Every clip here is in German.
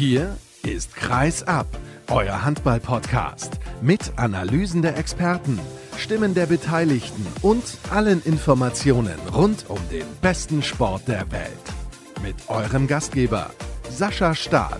Hier ist Kreis ab, euer Handball-Podcast mit Analysen der Experten, Stimmen der Beteiligten und allen Informationen rund um den besten Sport der Welt. Mit eurem Gastgeber Sascha Staat.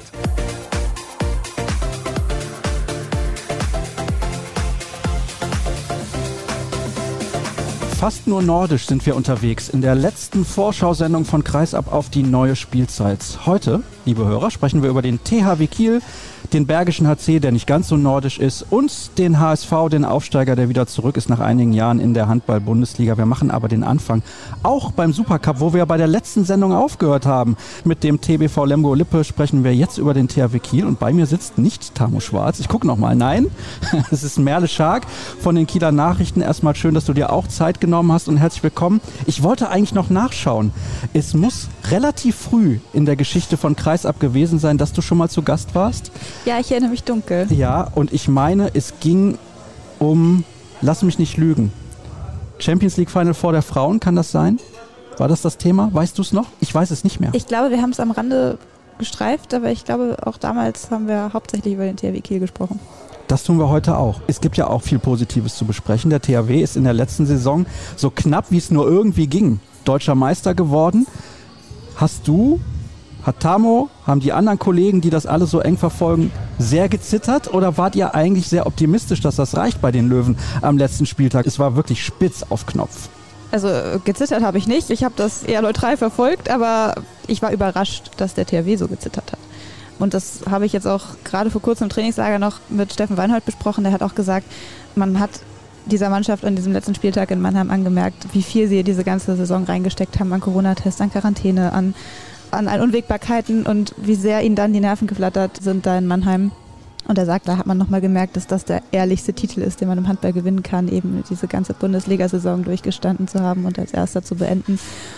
Fast nur nordisch sind wir unterwegs in der letzten Vorschau-Sendung von Kreis ab auf die neue Spielzeit. Heute, liebe Hörer, sprechen wir über den THW Kiel, den Bergischen HC, der nicht ganz so nordisch ist, und den HSV, den Aufsteiger, der wieder zurück ist nach einigen Jahren in der Handball-Bundesliga. Wir machen aber den Anfang auch beim Supercup, wo wir bei der letzten Sendung aufgehört haben. Mit dem TBV Lemgo-Lippe sprechen wir jetzt über den THW Kiel und bei mir sitzt nicht Tamo Schwarz. Ich gucke nochmal, nein, es ist Merle Schark von den Kieler Nachrichten. Erstmal schön, dass du dir auch Zeit genommen hast und herzlich willkommen. Ich wollte eigentlich noch nachschauen. Es muss relativ früh in der Geschichte von Kreis ab gewesen sein, dass du schon mal zu Gast warst. Ja, ich erinnere mich dunkel. Ja, und ich meine, es ging um, lass mich nicht lügen, Champions League Final Four der Frauen, kann das sein? War das das Thema? Weißt du es noch? Ich weiß es nicht mehr. Ich glaube, wir haben es am Rande gestreift, aber ich glaube, auch damals haben wir hauptsächlich über den THW Kiel gesprochen. Das tun wir heute auch. Es gibt ja auch viel Positives zu besprechen. Der THW ist in der letzten Saison so knapp, wie es nur irgendwie ging, deutscher Meister geworden. Hat Tamo, haben die anderen Kollegen, die das alles so eng verfolgen, sehr gezittert oder wart ihr eigentlich sehr optimistisch, dass das reicht bei den Löwen am letzten Spieltag? Es war wirklich spitz auf Knopf. Also gezittert habe ich nicht. Ich habe das eher neutral verfolgt, aber ich war überrascht, dass der THW so gezittert hat. Und das habe ich jetzt auch gerade vor kurzem im Trainingslager noch mit Steffen Weinhold besprochen. Der hat auch gesagt, man hat dieser Mannschaft an diesem letzten Spieltag in Mannheim angemerkt, wie viel sie diese ganze Saison reingesteckt haben an Corona-Tests, an Quarantäne, an Unwägbarkeiten und wie sehr ihnen dann die Nerven geflattert sind da in Mannheim. Und er sagt, da hat man nochmal gemerkt, dass das der ehrlichste Titel ist, den man im Handball gewinnen kann, eben diese ganze Bundesliga-Saison durchgestanden zu haben und als Erster zu beenden.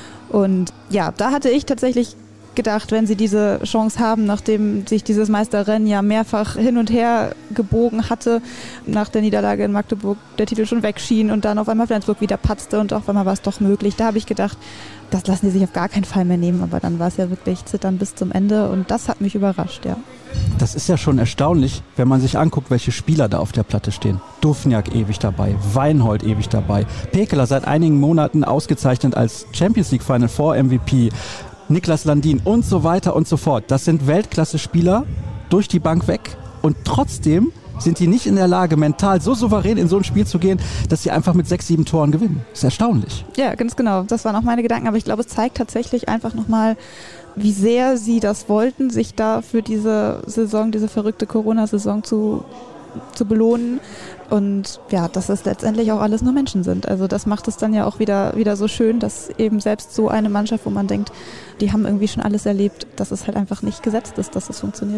Und ja, da hatte ich tatsächlich gedacht, wenn sie diese Chance haben, nachdem sich dieses Meisterrennen ja mehrfach hin und her gebogen hatte, nach der Niederlage in Magdeburg der Titel schon wegschien und dann auf einmal Flensburg wieder patzte und auf einmal war es doch möglich. Da habe ich gedacht, das lassen die sich auf gar keinen Fall mehr nehmen, aber dann war es ja wirklich Zittern bis zum Ende und das hat mich überrascht, ja. Das ist ja schon erstaunlich, wenn man sich anguckt, welche Spieler da auf der Platte stehen. Dufniak ewig dabei, Weinhold ewig dabei, Pekeler seit einigen Monaten ausgezeichnet als Champions League Final Four MVP, Niklas Landin und so weiter und so fort. Das sind Weltklasse-Spieler durch die Bank weg und trotzdem sind die nicht in der Lage, mental so souverän in so ein Spiel zu gehen, dass sie einfach mit 6, 7 Toren gewinnen. Das ist erstaunlich. Ja, ganz genau. Das waren auch meine Gedanken, aber ich glaube, es zeigt tatsächlich einfach nochmal, wie sehr sie das wollten, sich da für diese Saison, diese verrückte Corona-Saison zu belohnen. Und ja, dass es letztendlich auch alles nur Menschen sind. Also das macht es dann ja auch wieder so schön, dass eben selbst so eine Mannschaft, wo man denkt, die haben irgendwie schon alles erlebt, dass es halt einfach nicht gesetzt ist, dass es funktioniert.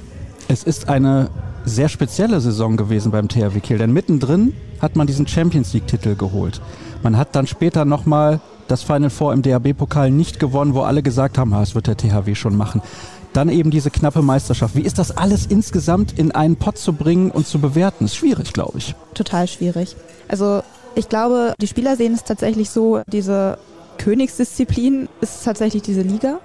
Es ist eine sehr spezielle Saison gewesen beim THW Kiel, denn mittendrin hat man diesen Champions League-Titel geholt. Man hat dann später nochmal das Final Four im DHB-Pokal nicht gewonnen, wo alle gesagt haben, das wird der THW schon machen. Dann eben diese knappe Meisterschaft. Wie ist das alles insgesamt in einen Pott zu bringen und zu bewerten? Ist schwierig, glaube ich. Total schwierig. Also ich glaube, die Spieler sehen es tatsächlich so, diese Königsdisziplin ist tatsächlich diese Liga,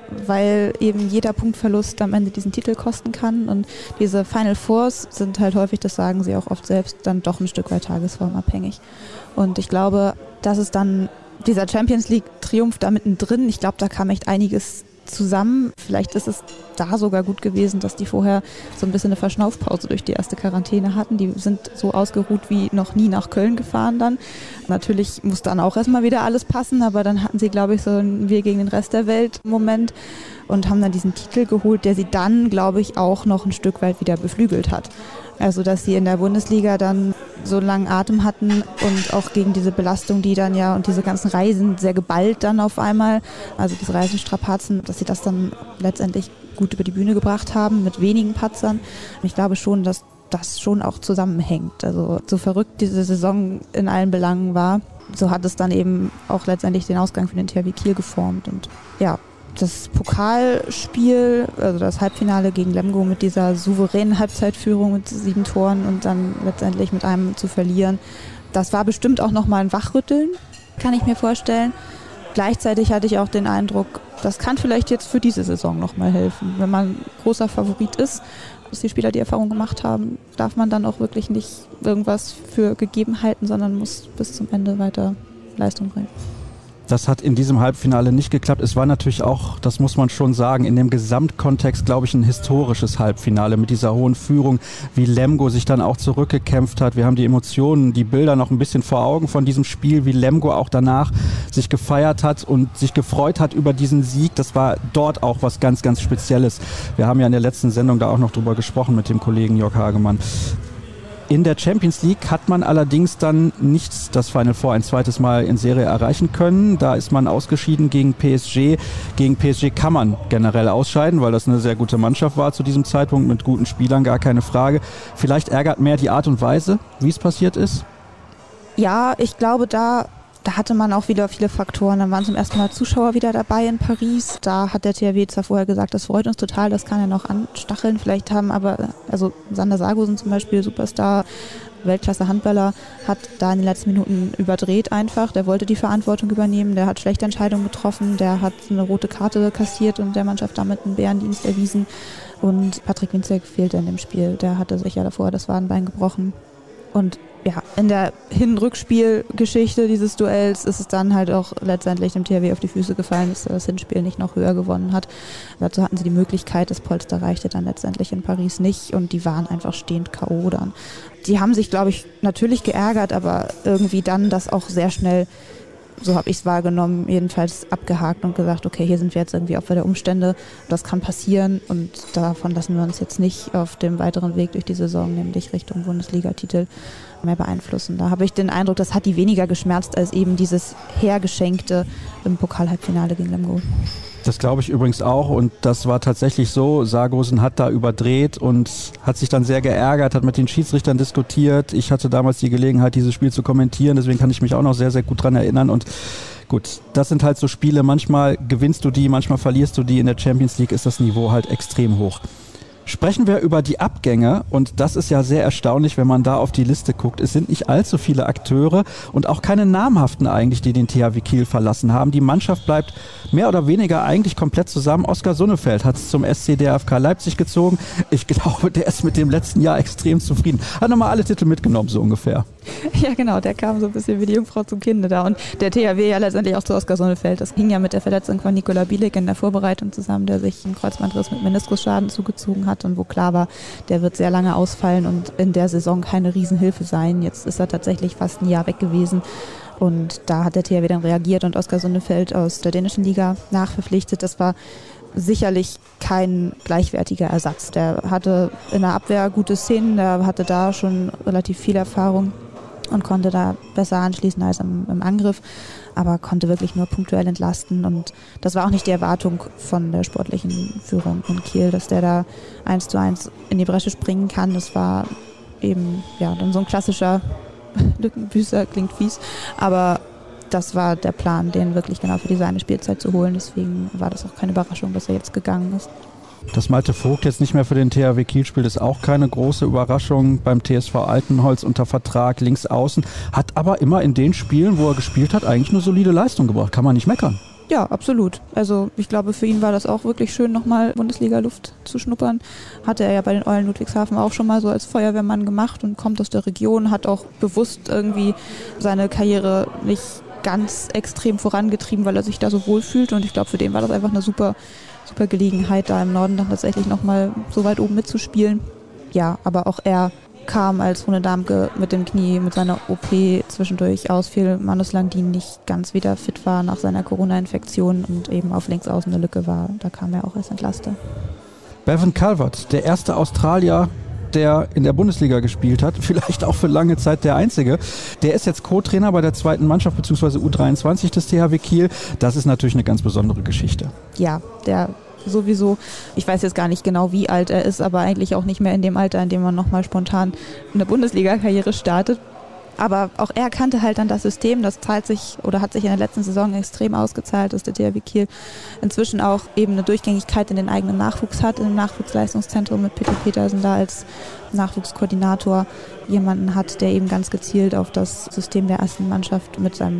weil eben jeder Punktverlust am Ende diesen Titel kosten kann und diese Final Fours sind halt häufig, das sagen sie auch oft selbst, dann doch ein Stück weit tagesformabhängig. Und ich glaube, dass es dann dieser Champions League Triumph da mittendrin, ich glaube, da kam echt einiges zusammen. Vielleicht ist es da sogar gut gewesen, dass die vorher so ein bisschen eine Verschnaufpause durch die erste Quarantäne hatten. Die sind so ausgeruht wie noch nie nach Köln gefahren dann. Natürlich muss dann auch erstmal wieder alles passen, aber dann hatten sie, glaube ich, so ein Wir gegen den Rest der Welt Moment und haben dann diesen Titel geholt, der sie dann, glaube ich, auch noch ein Stück weit wieder beflügelt hat. Also, dass sie in der Bundesliga dann so einen langen Atem hatten und auch gegen diese Belastung, die dann ja und diese ganzen Reisen sehr geballt dann auf einmal, also diese Reisenstrapazen, dass sie das dann letztendlich gut über die Bühne gebracht haben mit wenigen Patzern. Ich glaube schon, dass das schon auch zusammenhängt. Also so verrückt diese Saison in allen Belangen war, so hat es dann eben auch letztendlich den Ausgang für den THW Kiel geformt. Und ja, das Pokalspiel, also das Halbfinale gegen Lemgo mit dieser souveränen Halbzeitführung mit 7 Toren und dann letztendlich mit einem zu verlieren, das war bestimmt auch nochmal ein Wachrütteln, kann ich mir vorstellen. gleichzeitig hatte ich auch den Eindruck, das kann vielleicht jetzt für diese Saison nochmal helfen. Wenn man großer Favorit ist, dass die Spieler die Erfahrung gemacht haben, darf man dann auch wirklich nicht irgendwas für gegeben halten, sondern muss bis zum Ende weiter Leistung bringen. Das hat in diesem Halbfinale nicht geklappt. Es war natürlich auch, das muss man schon sagen, in dem Gesamtkontext, glaube ich, ein historisches Halbfinale mit dieser hohen Führung, wie Lemgo sich dann auch zurückgekämpft hat. Wir haben die Emotionen, die Bilder noch ein bisschen vor Augen von diesem Spiel, wie Lemgo auch danach sich gefeiert hat und sich gefreut hat über diesen Sieg. Das war dort auch was ganz, ganz Spezielles. Wir haben ja in der letzten Sendung da auch noch drüber gesprochen mit dem Kollegen Jörg Hagemann. In der Champions League hat man allerdings dann nicht das Final Four ein zweites Mal in Serie erreichen können. Da ist man ausgeschieden gegen PSG. Gegen PSG kann man generell ausscheiden, weil das eine sehr gute Mannschaft war zu diesem Zeitpunkt mit guten Spielern, gar keine Frage. Vielleicht ärgert mehr die Art und Weise, wie es passiert ist? Ja, ich glaube, da hatte man auch wieder viele Faktoren. Dann waren zum ersten Mal Zuschauer wieder dabei in Paris. Da hat der THW zwar vorher gesagt, das freut uns total, das kann ja noch anstacheln. Vielleicht haben aber, also Sander Sargosen zum Beispiel, Superstar, Weltklasse-Handballer, hat da in den letzten Minuten überdreht einfach. Der wollte die Verantwortung übernehmen, der hat schlechte Entscheidungen getroffen, der hat eine rote Karte kassiert und der Mannschaft damit einen Bärendienst erwiesen. Und Patrick Winzek fehlte in dem Spiel. Der hatte sich ja davor das Wadenbein gebrochen. Und ja, in der Hin-Rückspiel-Geschichte dieses Duells ist es dann halt auch letztendlich dem THW auf die Füße gefallen, dass das Hinspiel nicht noch höher gewonnen hat. Dazu hatten sie die Möglichkeit, das Polster reichte dann letztendlich in Paris nicht und die waren einfach stehend K.O. dann. Die haben sich, glaube ich, natürlich geärgert, aber irgendwie dann das auch sehr schnell, so habe ich es wahrgenommen, jedenfalls abgehakt und gesagt, okay, hier sind wir jetzt irgendwie Opfer der Umstände, das kann passieren und davon lassen wir uns jetzt nicht auf dem weiteren Weg durch die Saison, nämlich Richtung Bundesliga-Titel, mehr beeinflussen. Da habe ich den Eindruck, das hat die weniger geschmerzt als eben dieses Hergeschenkte im Pokal-Halbfinale gegen Lemgo. Das glaube ich übrigens auch und das war tatsächlich so. Sargosen hat da überdreht und hat sich dann sehr geärgert, hat mit den Schiedsrichtern diskutiert. Ich hatte damals die Gelegenheit, dieses Spiel zu kommentieren, deswegen kann ich mich auch noch sehr, sehr gut dran erinnern und gut, das sind halt so Spiele, manchmal gewinnst du die, manchmal verlierst du die. In der Champions League ist das Niveau halt extrem hoch. Sprechen wir über die Abgänge und das ist ja sehr erstaunlich, wenn man da auf die Liste guckt. Es sind nicht allzu viele Akteure und auch keine namhaften eigentlich, die den THW Kiel verlassen haben. Die Mannschaft bleibt mehr oder weniger eigentlich komplett zusammen. Oskar Sonnefeld hat es zum SC DFK Leipzig gezogen. Ich glaube, der ist mit dem letzten Jahr extrem zufrieden. Hat nochmal alle Titel mitgenommen, so ungefähr. Ja genau, der kam so ein bisschen wie die Jungfrau zum Kinde da und der THW ja letztendlich auch zu Oskar Sonnefeld. Das hing ja mit der Verletzung von Nikola Bielik in der Vorbereitung zusammen, der sich einen Kreuzbandriss mit Meniskusschaden zugezogen hat und wo klar war, der wird sehr lange ausfallen und in der Saison keine Riesenhilfe sein. Jetzt ist er tatsächlich fast ein Jahr weg gewesen und da hat der THW dann reagiert und Oskar Sonnefeld aus der dänischen Liga nachverpflichtet. Das war sicherlich kein gleichwertiger Ersatz. Der hatte in der Abwehr gute Szenen, der hatte da schon relativ viel Erfahrung und konnte da besser anschließen als im Angriff, aber konnte wirklich nur punktuell entlasten und das war auch nicht die Erwartung von der sportlichen Führung in Kiel, dass der da 1:1 in die Bresche springen kann. Das war eben ja dann so ein klassischer Lückenbüßer, klingt fies, aber das war der Plan, den wirklich genau für diese eine Spielzeit zu holen. Deswegen war das auch keine Überraschung, dass er jetzt gegangen ist. Dass Malte Vogt jetzt nicht mehr für den THW Kiel spielt, ist auch keine große Überraschung. Beim TSV Altenholz unter Vertrag, links außen, hat aber immer in den Spielen, wo er gespielt hat, eigentlich eine solide Leistung gebracht. Kann man nicht meckern. Ja, absolut. Also ich glaube, für ihn war das auch wirklich schön, nochmal Bundesliga-Luft zu schnuppern. Hatte er ja bei den Eulen Ludwigshafen auch schon mal so als Feuerwehrmann gemacht und kommt aus der Region, hat auch bewusst irgendwie seine Karriere nicht ganz extrem vorangetrieben, weil er sich da so wohl fühlt und ich glaube, für den war das einfach eine super Gelegenheit, da im Norden dann tatsächlich nochmal so weit oben mitzuspielen. Ja, aber auch er kam als Rune Damke mit dem Knie, mit seiner OP zwischendurch ausfiel. Manus Landin nicht ganz wieder fit war nach seiner Corona-Infektion und eben auf links außen eine Lücke war. Da kam er auch erst entlastet. Bevan Calvert, der erste Australier, der in der Bundesliga gespielt hat, vielleicht auch für lange Zeit der einzige. Der ist jetzt Co-Trainer bei der zweiten Mannschaft bzw. U23 des THW Kiel. Das ist natürlich eine ganz besondere Geschichte. Ja, der sowieso, ich weiß jetzt gar nicht genau, wie alt er ist, aber eigentlich auch nicht mehr in dem Alter, in dem man nochmal spontan eine Bundesliga-Karriere startet. Aber auch er kannte halt dann das System, das zahlt sich oder hat sich in der letzten Saison extrem ausgezahlt, dass der THW Kiel inzwischen auch eben eine Durchgängigkeit in den eigenen Nachwuchs hat, im Nachwuchsleistungszentrum mit Peter Petersen da als Nachwuchskoordinator jemanden hat, der eben ganz gezielt auf das System der ersten Mannschaft mit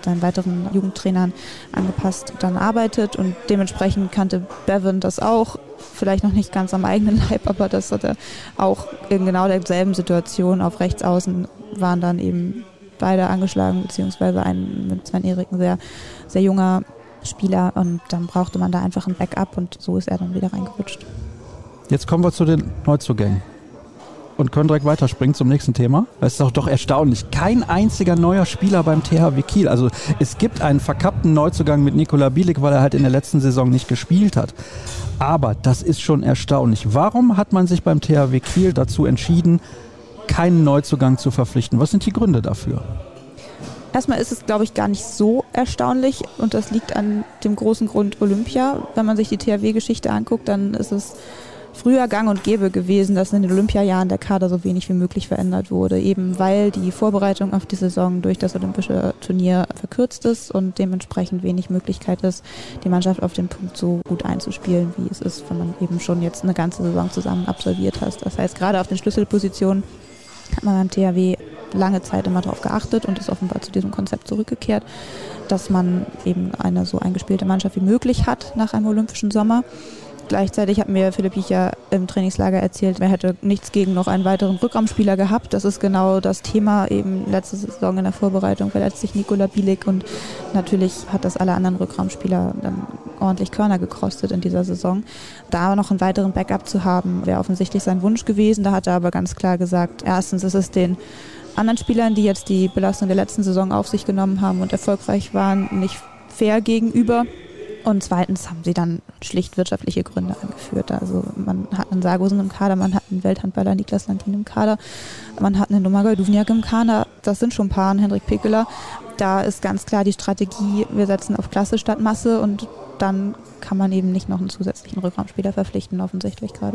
mit seinen weiteren Jugendtrainern angepasst dann arbeitet und dementsprechend kannte Bevan das auch, vielleicht noch nicht ganz am eigenen Leib, aber das hat er auch in genau derselben Situation auf Rechtsaußen waren dann eben beide angeschlagen, beziehungsweise ein mit Sven-Erik ein sehr, sehr junger Spieler und dann brauchte man da einfach ein Backup und so ist er dann wieder reingerutscht. Jetzt kommen wir zu den Neuzugängen und können direkt weiterspringen zum nächsten Thema. Das ist doch erstaunlich. Kein einziger neuer Spieler beim THW Kiel. Also es gibt einen verkappten Neuzugang mit Nikola Bielik, weil er halt in der letzten Saison nicht gespielt hat. Aber das ist schon erstaunlich. Warum hat man sich beim THW Kiel dazu entschieden, keinen Neuzugang zu verpflichten? Was sind die Gründe dafür? Erstmal ist es, glaube ich, gar nicht so erstaunlich und das liegt an dem großen Grund Olympia. Wenn man sich die THW-Geschichte anguckt, dann ist es früher gang und gäbe gewesen, dass in den Olympiajahren der Kader so wenig wie möglich verändert wurde, eben weil die Vorbereitung auf die Saison durch das olympische Turnier verkürzt ist und dementsprechend wenig Möglichkeit ist, die Mannschaft auf den Punkt so gut einzuspielen, wie es ist, wenn man eben schon jetzt eine ganze Saison zusammen absolviert hat. Das heißt, gerade auf den Schlüsselpositionen hat man beim THW lange Zeit immer darauf geachtet und ist offenbar zu diesem Konzept zurückgekehrt, dass man eben eine so eingespielte Mannschaft wie möglich hat nach einem olympischen Sommer. Gleichzeitig hat mir Philipp Biecher im Trainingslager erzählt, er hätte nichts gegen noch einen weiteren Rückraumspieler gehabt. Das ist genau das Thema eben letzte Saison in der Vorbereitung, verletzt sich Nikola Bielik und natürlich hat das alle anderen Rückraumspieler dann ordentlich Körner gekostet in dieser Saison. Da noch einen weiteren Backup zu haben, wäre offensichtlich sein Wunsch gewesen. Da hat er aber ganz klar gesagt, erstens ist es den anderen Spielern, die jetzt die Belastung der letzten Saison auf sich genommen haben und erfolgreich waren, nicht fair gegenüber. Und zweitens haben sie dann schlicht wirtschaftliche Gründe angeführt. Also man hat einen Sargosen im Kader, man hat einen Welthandballer Niklas Landin im Kader, man hat einen Domagoj Duvniak im Kader, das sind schon ein paar, Henrik Pekeler. Da ist ganz klar die Strategie, wir setzen auf Klasse statt Masse und dann kann man eben nicht noch einen zusätzlichen Rückraumspieler verpflichten, offensichtlich gerade.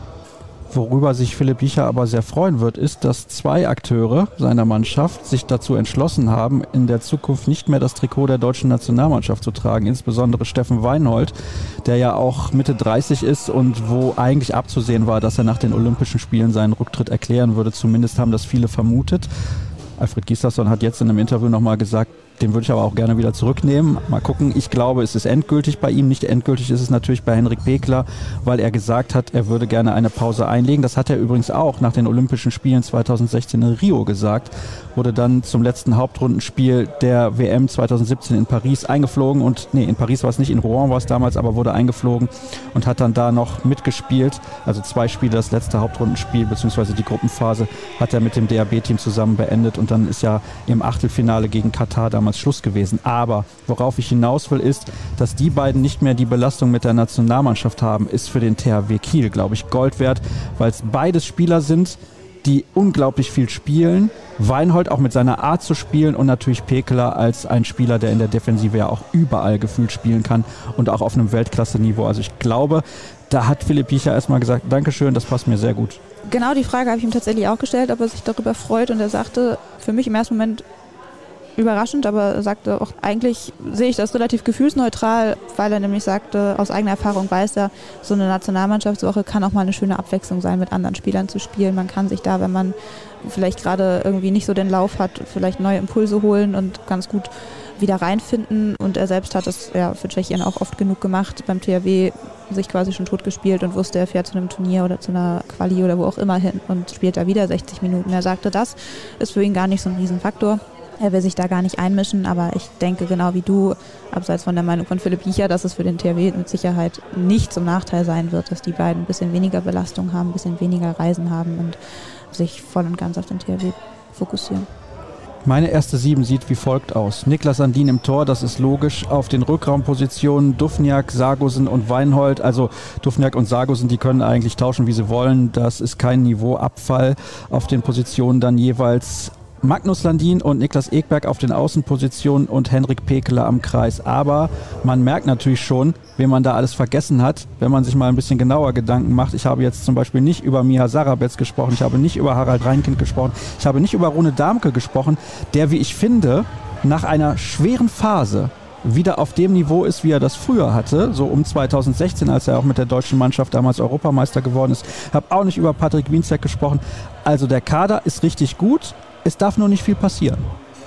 Worüber sich Philipp Biecher aber sehr freuen wird, ist, dass 2 Akteure seiner Mannschaft sich dazu entschlossen haben, in der Zukunft nicht mehr das Trikot der deutschen Nationalmannschaft zu tragen. Insbesondere Steffen Weinhold, der ja auch Mitte 30 ist und wo eigentlich abzusehen war, dass er nach den Olympischen Spielen seinen Rücktritt erklären würde. Zumindest haben das viele vermutet. Alfred Gislason hat jetzt in einem Interview nochmal gesagt, den würde ich aber auch gerne wieder zurücknehmen. Mal gucken, ich glaube, es ist endgültig bei ihm. Nicht endgültig ist es natürlich bei Henrik Pekeler, weil er gesagt hat, er würde gerne eine Pause einlegen. Das hat er übrigens auch nach den Olympischen Spielen 2016 in Rio gesagt. Wurde dann zum letzten Hauptrundenspiel der WM 2017 in Paris eingeflogen. In Paris war es nicht, in Rouen war es damals, aber wurde eingeflogen und hat dann da noch mitgespielt. Also 2 Spiele, das letzte Hauptrundenspiel bzw. die Gruppenphase hat er mit dem DAB-Team zusammen beendet und dann ist ja im Achtelfinale gegen Katar damals Schluss gewesen. Aber worauf ich hinaus will, ist, dass die beiden nicht mehr die Belastung mit der Nationalmannschaft haben, ist für den THW Kiel, glaube ich, Gold wert, weil es beides Spieler sind, die unglaublich viel spielen. Weinhold auch mit seiner Art zu spielen und natürlich Pekeler als ein Spieler, der in der Defensive ja auch überall gefühlt spielen kann und auch auf einem Weltklasse-Niveau. Also ich glaube, da hat Philipp Biecher erstmal gesagt, Dankeschön, das passt mir sehr gut. Genau die Frage habe ich ihm tatsächlich auch gestellt, ob er sich darüber freut und er sagte, für mich im ersten Moment überraschend, aber er sagte auch, eigentlich sehe ich das relativ gefühlsneutral, weil er nämlich sagte, aus eigener Erfahrung weiß er, so eine Nationalmannschaftswoche kann auch mal eine schöne Abwechslung sein, mit anderen Spielern zu spielen. Man kann sich da, wenn man vielleicht gerade irgendwie nicht so den Lauf hat, vielleicht neue Impulse holen und ganz gut wieder reinfinden. Und er selbst hat es ja für Tschechien auch oft genug gemacht, beim THW sich quasi schon tot gespielt und wusste, er fährt zu einem Turnier oder zu einer Quali oder wo auch immer hin und spielt da wieder 60 Minuten. Er sagte, das ist für ihn gar nicht so ein Riesenfaktor. Er will sich da gar nicht einmischen, aber ich denke genau wie du, abseits von der Meinung von Philipp Biecher, dass es für den THW mit Sicherheit nicht zum Nachteil sein wird, dass die beiden ein bisschen weniger Belastung haben, ein bisschen weniger Reisen haben und sich voll und ganz auf den THW fokussieren. Meine erste 7 sieht wie folgt aus. Niklas Landin im Tor, das ist logisch. Auf den Rückraumpositionen Duvniak, Sargosen und Weinhold. Also Duvniak und Sargosen, die können eigentlich tauschen, wie sie wollen. Das ist kein Niveauabfall. Auf den Positionen dann jeweils Magnus Landin und Niklas Ekberg auf den Außenpositionen und Henrik Pekeler am Kreis. Aber man merkt natürlich schon, wen man da alles vergessen hat, wenn man sich mal ein bisschen genauer Gedanken macht. Ich habe jetzt zum Beispiel nicht über Miha Sarabetz gesprochen, ich habe nicht über Harald Reinkind gesprochen, ich habe nicht über Rune Damke gesprochen, der, wie ich finde, nach einer schweren Phase wieder auf dem Niveau ist, wie er das früher hatte, so um 2016, als er auch mit der deutschen Mannschaft damals Europameister geworden ist. Ich habe auch nicht über Patrick Wienzek gesprochen. Also der Kader ist richtig gut. Es darf nur nicht viel passieren.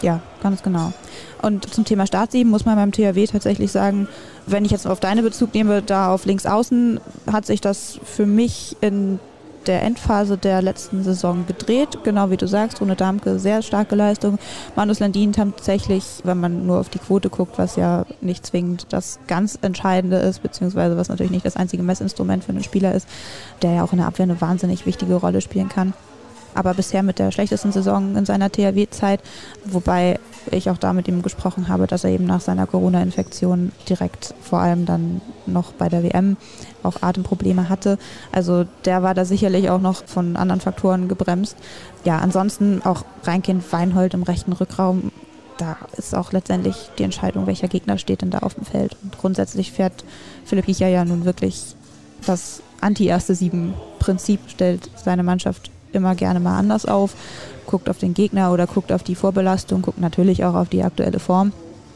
Ja, ganz genau. Und zum Thema Startsieben muss man beim THW tatsächlich sagen, wenn ich jetzt auf deine Bezug nehme, da auf links außen hat sich das für mich in der Endphase der letzten Saison gedreht. Genau wie du sagst, Rune Damke, sehr starke Leistung. Manus Landin tatsächlich, wenn man nur auf die Quote guckt, was ja nicht zwingend das ganz Entscheidende ist, beziehungsweise was natürlich nicht das einzige Messinstrument für einen Spieler ist, der ja auch in der Abwehr eine wahnsinnig wichtige Rolle spielen kann. Aber bisher mit der schlechtesten Saison in seiner THW-Zeit, wobei ich auch da mit ihm gesprochen habe, dass er eben nach seiner Corona-Infektion direkt vor allem dann noch bei der WM auch Atemprobleme hatte. Also der war da sicherlich auch noch von anderen Faktoren gebremst. Ja, ansonsten auch Reinkind-Weinhold im rechten Rückraum, da ist auch letztendlich die Entscheidung, welcher Gegner steht denn da auf dem Feld. Und grundsätzlich fährt Philipp Hiecher ja nun wirklich das Anti-Erste-Sieben-Prinzip, stellt seine Mannschaft immer gerne mal anders auf, guckt auf den Gegner oder guckt auf die Vorbelastung, guckt natürlich auch auf die aktuelle Form,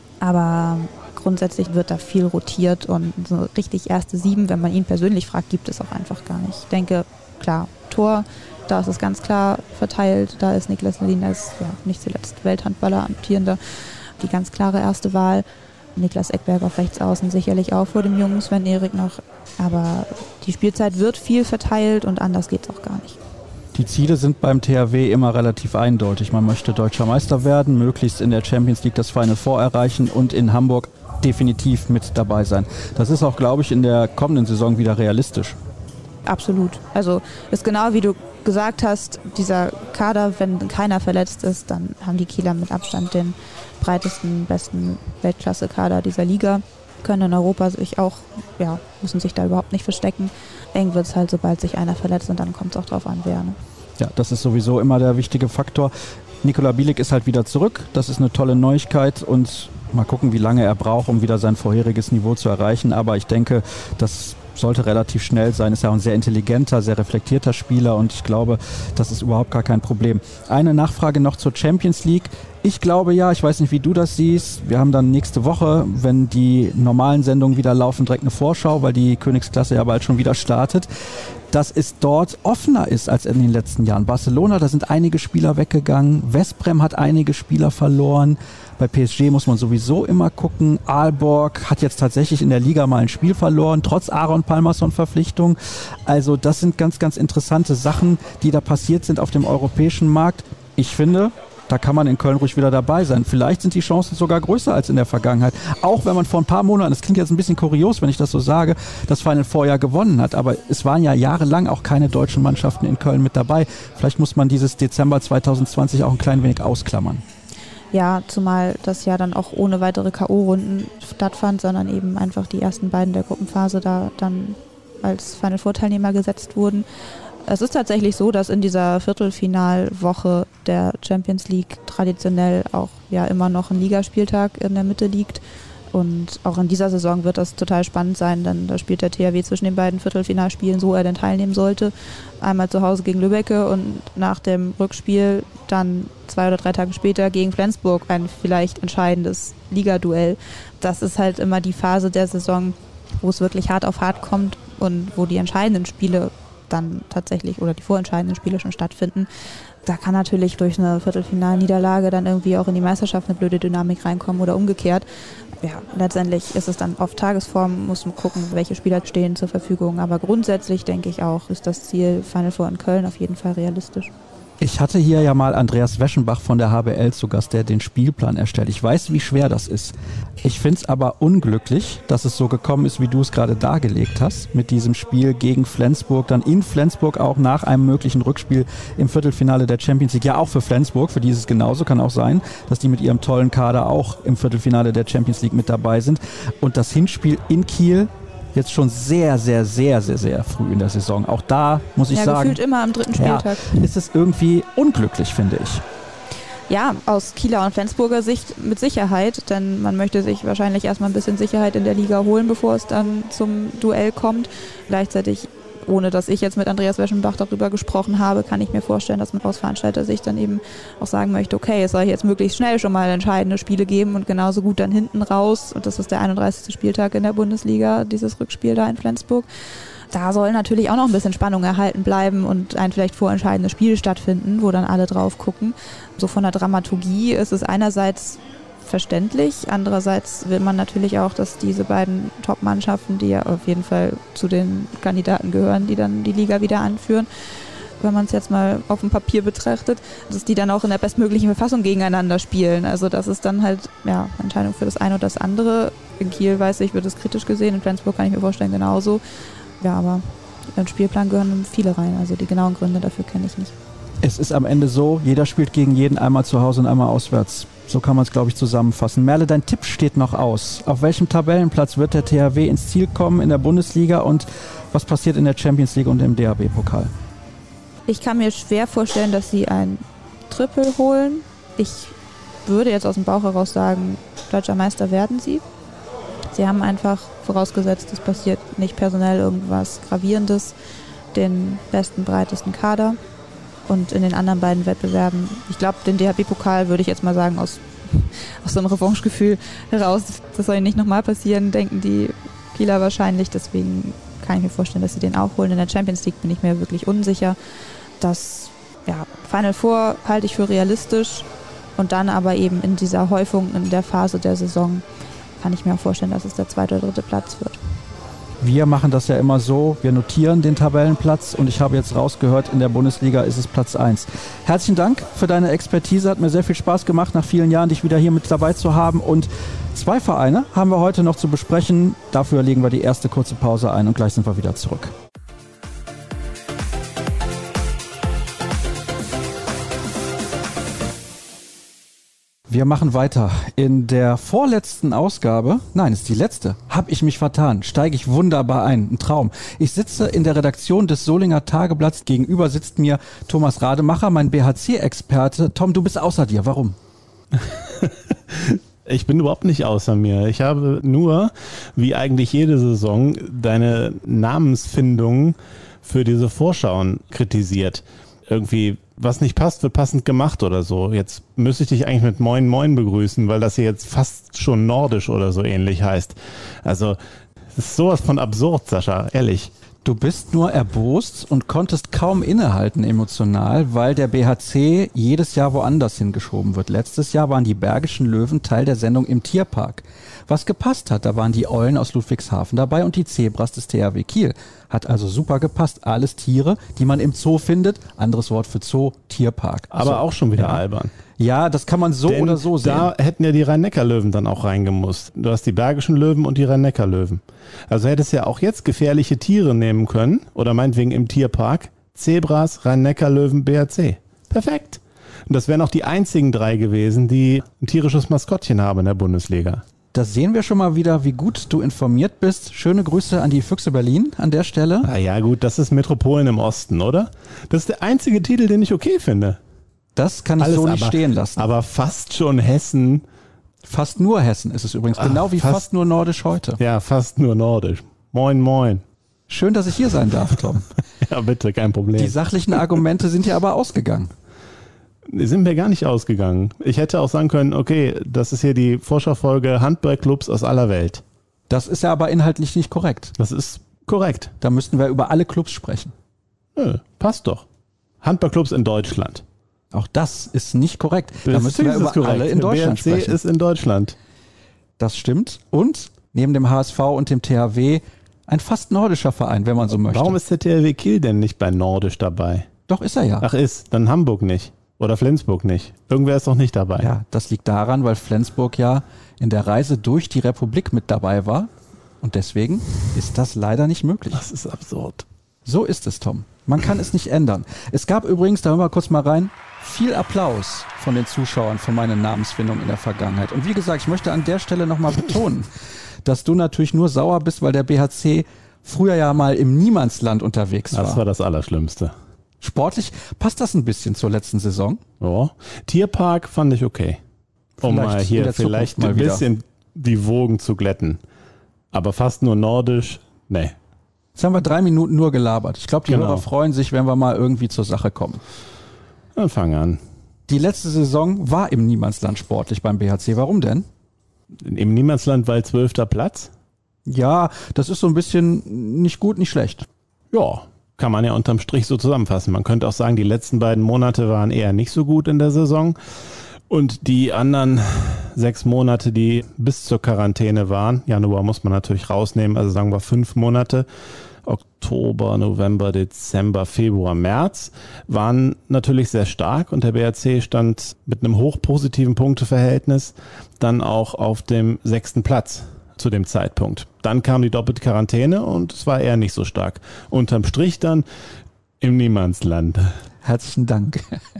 aber grundsätzlich wird da viel rotiert und so richtig erste Sieben, wenn man ihn persönlich fragt, gibt es auch einfach gar nicht. Ich denke, klar, Tor, da ist es ganz klar verteilt, da ist Niklas Landin als nicht zuletzt Welthandballer, amtierender, die ganz klare erste Wahl. Niklas Eckberg auf rechts außen sicherlich auch vor dem jungen Sven-Erik noch, aber die Spielzeit wird viel verteilt und anders geht es auch gar nicht. Die Ziele sind beim THW immer relativ eindeutig. Man möchte Deutscher Meister werden, möglichst in der Champions League das Final Four erreichen und in Hamburg definitiv mit dabei sein. Das ist auch, glaube ich, in der kommenden Saison wieder realistisch. Absolut. Also ist genau wie du gesagt hast, dieser Kader, wenn keiner verletzt ist, dann haben die Kieler mit Abstand den breitesten, besten Weltklasse-Kader dieser Liga. Können in Europa sich auch, müssen sich da überhaupt nicht verstecken. Eng wird es halt, sobald sich einer verletzt und dann kommt es auch drauf an, wer. Ne? Ja, das ist sowieso immer der wichtige Faktor. Nikola Bielik ist halt wieder zurück. Das ist eine tolle Neuigkeit und mal gucken, wie lange er braucht, um wieder sein vorheriges Niveau zu erreichen. Aber ich denke, das sollte relativ schnell sein. Ist ja auch ein sehr intelligenter, sehr reflektierter Spieler und ich glaube, das ist überhaupt gar kein Problem. Eine Nachfrage noch zur Champions League. Ich glaube ja, ich weiß nicht, wie du das siehst. Wir haben dann nächste Woche, wenn die normalen Sendungen wieder laufen, direkt eine Vorschau, weil die Königsklasse ja bald schon wieder startet, dass es dort offener ist als in den letzten Jahren. Barcelona, da sind einige Spieler weggegangen. Westbrem hat einige Spieler verloren. Bei PSG muss man sowieso immer gucken. Aalborg hat jetzt tatsächlich in der Liga mal ein Spiel verloren, trotz Aaron Palmarsson-Verpflichtung. Also das sind ganz, ganz interessante Sachen, die da passiert sind auf dem europäischen Markt. Ich finde, da kann man in Köln ruhig wieder dabei sein. Vielleicht sind die Chancen sogar größer als in der Vergangenheit. Auch wenn man vor ein paar Monaten, das klingt jetzt ein bisschen kurios, wenn ich das so sage, das Final Four ja gewonnen hat. Aber es waren ja jahrelang auch keine deutschen Mannschaften in Köln mit dabei. Vielleicht muss man dieses Dezember 2020 auch ein klein wenig ausklammern. Ja, zumal das ja dann auch ohne weitere K.O.-Runden stattfand, sondern eben einfach die ersten beiden der Gruppenphase da dann als Final Four Teilnehmer gesetzt wurden. Es ist tatsächlich so, dass in dieser Viertelfinalwoche der Champions League traditionell auch immer noch ein Ligaspieltag in der Mitte liegt. Und auch in dieser Saison wird das total spannend sein, denn da spielt der THW zwischen den beiden Viertelfinalspielen, so er denn teilnehmen sollte. Einmal zu Hause gegen Lübbecke und nach dem Rückspiel dann 2 oder 3 Tage später gegen Flensburg ein vielleicht entscheidendes Ligaduell. Das ist halt immer die Phase der Saison, wo es wirklich hart auf hart kommt und wo die entscheidenden Spiele dann tatsächlich oder die vorentscheidenden Spiele schon stattfinden. Da kann natürlich durch eine Viertelfinalniederlage dann irgendwie auch in die Meisterschaft eine blöde Dynamik reinkommen oder umgekehrt. Ja, letztendlich ist es dann auf Tagesform, muss man gucken, welche Spieler stehen zur Verfügung. Aber grundsätzlich denke ich auch, ist das Ziel Final Four in Köln auf jeden Fall realistisch. Ich hatte hier ja mal Andreas Weschenbach von der HBL zu Gast, der den Spielplan erstellt. Ich weiß, wie schwer das ist. Ich finde es aber unglücklich, dass es so gekommen ist, wie du es gerade dargelegt hast, mit diesem Spiel gegen Flensburg, dann in Flensburg auch nach einem möglichen Rückspiel im Viertelfinale der Champions League. Ja, auch für Flensburg, für die ist es genauso, kann auch sein, dass die mit ihrem tollen Kader auch im Viertelfinale der Champions League mit dabei sind. Und das Hinspiel in Kiel jetzt schon sehr, sehr, sehr, sehr, sehr früh in der Saison. Auch da muss ich sagen, gefühlt immer am dritten Spieltag. Ist es irgendwie unglücklich, finde ich. Ja, aus Kieler und Flensburger Sicht mit Sicherheit, denn man möchte sich wahrscheinlich erstmal ein bisschen Sicherheit in der Liga holen, bevor es dann zum Duell kommt. Gleichzeitig, ohne dass ich jetzt mit Andreas Weschenbach darüber gesprochen habe, kann ich mir vorstellen, dass man aus Veranstalter-Sicht dann eben auch sagen möchte, okay, es soll jetzt möglichst schnell schon mal entscheidende Spiele geben und genauso gut dann hinten raus. Und das ist der 31. Spieltag in der Bundesliga, dieses Rückspiel da in Flensburg. Da soll natürlich auch noch ein bisschen Spannung erhalten bleiben und ein vielleicht vorentscheidendes Spiel stattfinden, wo dann alle drauf gucken. So von der Dramaturgie ist es einerseits verständlich, andererseits will man natürlich auch, dass diese beiden Top-Mannschaften, die ja auf jeden Fall zu den Kandidaten gehören, die dann die Liga wieder anführen, wenn man es jetzt mal auf dem Papier betrachtet, dass die dann auch in der bestmöglichen Verfassung gegeneinander spielen. Also das ist dann halt Entscheidung für das eine oder das andere. In Kiel weiß ich, wird es kritisch gesehen, in Flensburg kann ich mir vorstellen genauso. Ja, aber im Spielplan gehören viele rein, also die genauen Gründe dafür kenne ich nicht. Es ist am Ende so, jeder spielt gegen jeden, einmal zu Hause und einmal auswärts. So kann man es, glaube ich, zusammenfassen. Merle, dein Tipp steht noch aus. Auf welchem Tabellenplatz wird der THW ins Ziel kommen in der Bundesliga und was passiert in der Champions League und im DHB-Pokal? Ich kann mir schwer vorstellen, dass sie ein Triple holen. Ich würde jetzt aus dem Bauch heraus sagen, deutscher Meister werden sie. Sie haben einfach, vorausgesetzt, es passiert nicht personell irgendwas Gravierendes, den besten, breitesten Kader. Und in den anderen beiden Wettbewerben, ich glaube, den DHB-Pokal würde ich jetzt mal sagen, aus so einem Revanchegefühl heraus, das soll nicht nochmal passieren, denken die Kieler wahrscheinlich. Deswegen kann ich mir vorstellen, dass sie den auch holen. In der Champions League bin ich mir wirklich unsicher. Das Final Four halte ich für realistisch. Und dann aber eben in dieser Häufung in der Phase der Saison kann ich mir auch vorstellen, dass es der 2. oder 3. Platz wird. Wir machen das ja immer so, wir notieren den Tabellenplatz und ich habe jetzt rausgehört, in der Bundesliga ist es Platz 1. Herzlichen Dank für deine Expertise, hat mir sehr viel Spaß gemacht, nach vielen Jahren dich wieder hier mit dabei zu haben und 2 Vereine haben wir heute noch zu besprechen. Dafür legen wir die erste kurze Pause ein und gleich sind wir wieder zurück. Wir machen weiter. In der vorletzten Ausgabe, nein, es ist die letzte, habe ich mich vertan, steige ich wunderbar ein, ein Traum. Ich sitze in der Redaktion des Solinger Tageblatts, gegenüber sitzt mir Thomas Rademacher, mein BHC-Experte. Tom, du bist außer dir, warum? Ich bin überhaupt nicht außer mir. Ich habe nur, wie eigentlich jede Saison, deine Namensfindung für diese Vorschauen kritisiert. Irgendwie, was nicht passt, wird passend gemacht oder so. Jetzt müsste ich dich eigentlich mit Moin Moin begrüßen, weil das hier jetzt fast schon nordisch oder so ähnlich heißt. Also, das ist sowas von absurd, Sascha, ehrlich. Du bist nur erbost und konntest kaum innehalten emotional, weil der BHC jedes Jahr woanders hingeschoben wird. Letztes Jahr waren die Bergischen Löwen Teil der Sendung im Tierpark. Was gepasst hat, da waren die Eulen aus Ludwigshafen dabei und die Zebras des THW Kiel. Hat also super gepasst. Alles Tiere, die man im Zoo findet. Anderes Wort für Zoo, Tierpark. Aber so, auch schon wieder albern. Ja, das kann man so denn oder so sehen. Da hätten ja die Rhein-Neckar-Löwen dann auch reingemusst. Du hast die Bergischen Löwen und die Rhein-Neckar-Löwen. Also hättest ja auch jetzt gefährliche Tiere nehmen können, oder meinetwegen im Tierpark, Zebras, Rhein-Neckar-Löwen, BHC. Perfekt. Und das wären auch die einzigen 3 gewesen, die ein tierisches Maskottchen haben in der Bundesliga. Da sehen wir schon mal wieder, wie gut du informiert bist. Schöne Grüße an die Füchse Berlin an der Stelle. Ah ja gut, das ist Metropolen im Osten, oder? Das ist der einzige Titel, den ich okay finde. Das kann ich so nicht stehen lassen. Aber fast schon Hessen. Fast nur Hessen ist es übrigens, genau wie fast nur Nordisch heute. Ja, fast nur Nordisch. Moin, moin. Schön, dass ich hier sein darf, Tom. Ja, bitte, kein Problem. Die sachlichen Argumente sind ja aber ausgegangen. Sind wir gar nicht ausgegangen. Ich hätte auch sagen können, okay, das ist hier die Vorschaufolge Handballclubs aus aller Welt. Das ist ja aber inhaltlich nicht korrekt. Das ist korrekt. Da müssten wir über alle Clubs sprechen. Nö, passt doch. Handballclubs in Deutschland. Auch das ist nicht korrekt. Da müssen wir über alle in Deutschland BRC sprechen. ist in Deutschland. Das stimmt. Und neben dem HSV und dem THW ein fast nordischer Verein, wenn man so möchte. Warum ist der THW Kiel denn nicht bei Nordisch dabei? Doch, ist er ja. Ach, ist. Dann Hamburg nicht. Oder Flensburg nicht. Irgendwer ist doch nicht dabei. Ja, das liegt daran, weil Flensburg ja in der Reise durch die Republik mit dabei war. Und deswegen ist das leider nicht möglich. Das ist absurd. So ist es, Tom. Man kann es nicht ändern. Es gab übrigens, da hören wir kurz mal rein, viel Applaus von den Zuschauern für meine Namensfindung in der Vergangenheit. Und wie gesagt, ich möchte an der Stelle nochmal betonen, dass du natürlich nur sauer bist, weil der BHC früher ja mal im Niemandsland unterwegs war. Das war das Allerschlimmste. Sportlich passt das ein bisschen zur letzten Saison. Ja. Tierpark fand ich okay. Um mal hier vielleicht ein bisschen die Wogen zu glätten. Aber fast nur nordisch, nee. Jetzt haben wir 3 Minuten nur gelabert. Ich glaube, die Hörer freuen sich, wenn wir mal irgendwie zur Sache kommen. Dann fang an. Die letzte Saison war im Niemandsland sportlich beim BHC. Warum denn? Im Niemandsland, weil 12. Platz? Ja, das ist so ein bisschen nicht gut, nicht schlecht. ja, kann man ja unterm Strich so zusammenfassen. Man könnte auch sagen, die letzten beiden Monate waren eher nicht so gut in der Saison. Und die anderen 6 Monate, die bis zur Quarantäne waren, Januar muss man natürlich rausnehmen, also sagen wir 5 Monate, Oktober, November, Dezember, Februar, März, waren natürlich sehr stark und der BRC stand mit einem hochpositiven Punkteverhältnis dann auch auf dem 6. Platz zu dem Zeitpunkt. Dann kam die doppelte Quarantäne und es war eher nicht so stark. Unterm Strich dann im Niemandsland. Herzlichen Dank.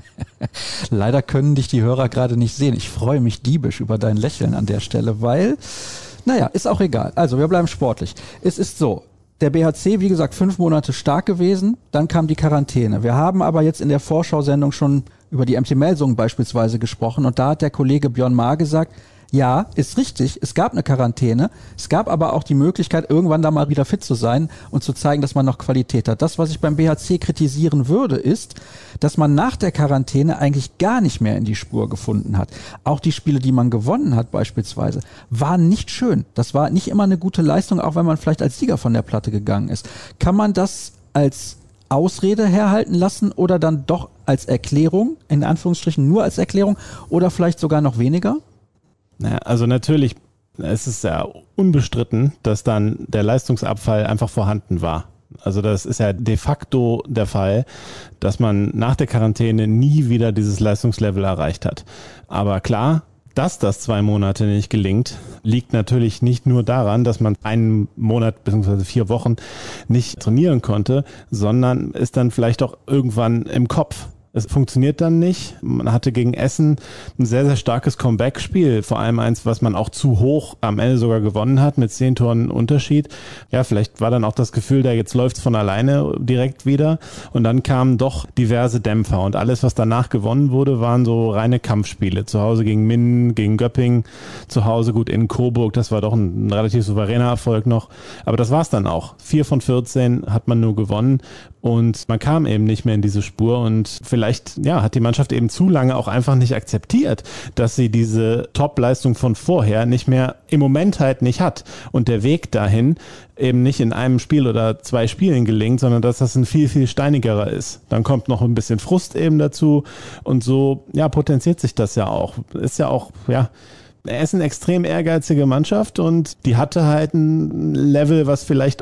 Leider können dich die Hörer gerade nicht sehen. Ich freue mich diebisch über dein Lächeln an der Stelle, weil, naja, ist auch egal. Also wir bleiben sportlich. Es ist so, der BHC, wie gesagt, 5 Monate stark gewesen, dann kam die Quarantäne. Wir haben aber jetzt in der Vorschau-Sendung schon über die MT Melsungen beispielsweise gesprochen und da hat der Kollege Björn Maar gesagt, ja, ist richtig, es gab eine Quarantäne, es gab aber auch die Möglichkeit, irgendwann da mal wieder fit zu sein und zu zeigen, dass man noch Qualität hat. Das, was ich beim BHC kritisieren würde, ist, dass man nach der Quarantäne eigentlich gar nicht mehr in die Spur gefunden hat. Auch die Spiele, die man gewonnen hat beispielsweise, waren nicht schön. Das war nicht immer eine gute Leistung, auch wenn man vielleicht als Sieger von der Platte gegangen ist. Kann man das als Ausrede herhalten lassen oder dann doch als Erklärung, in Anführungsstrichen nur als Erklärung oder vielleicht sogar noch weniger? Naja, also natürlich, es ist ja unbestritten, dass dann der Leistungsabfall einfach vorhanden war. Also das ist ja de facto der Fall, dass man nach der Quarantäne nie wieder dieses Leistungslevel erreicht hat. Aber klar, dass das 2 Monate nicht gelingt, liegt natürlich nicht nur daran, dass man einen Monat bzw. 4 Wochen nicht trainieren konnte, sondern ist dann vielleicht auch irgendwann im Kopf. Es funktioniert dann nicht. Man hatte gegen Essen ein sehr, sehr starkes Comeback-Spiel. Vor allem eins, was man auch zu hoch am Ende sogar gewonnen hat mit 10 Toren Unterschied. Ja, vielleicht war dann auch das Gefühl, da jetzt läuft's von alleine direkt wieder. Und dann kamen doch diverse Dämpfer. Und alles, was danach gewonnen wurde, waren so reine Kampfspiele. Zu Hause gegen Minden, gegen Göppingen, zu Hause gut in Coburg. Das war doch ein relativ souveräner Erfolg noch. Aber das war's dann auch. 4 von 14 hat man nur gewonnen. Und man kam eben nicht mehr in diese Spur und vielleicht hat die Mannschaft eben zu lange auch einfach nicht akzeptiert, dass sie diese Top-Leistung von vorher nicht mehr im Moment halt nicht hat und der Weg dahin eben nicht in einem Spiel oder 2 Spielen gelingt, sondern dass das ein viel, viel steinigerer ist. Dann kommt noch ein bisschen Frust eben dazu und so potenziert sich das ja auch. Ist ja auch, er ist eine extrem ehrgeizige Mannschaft und die hatte halt ein Level, was vielleicht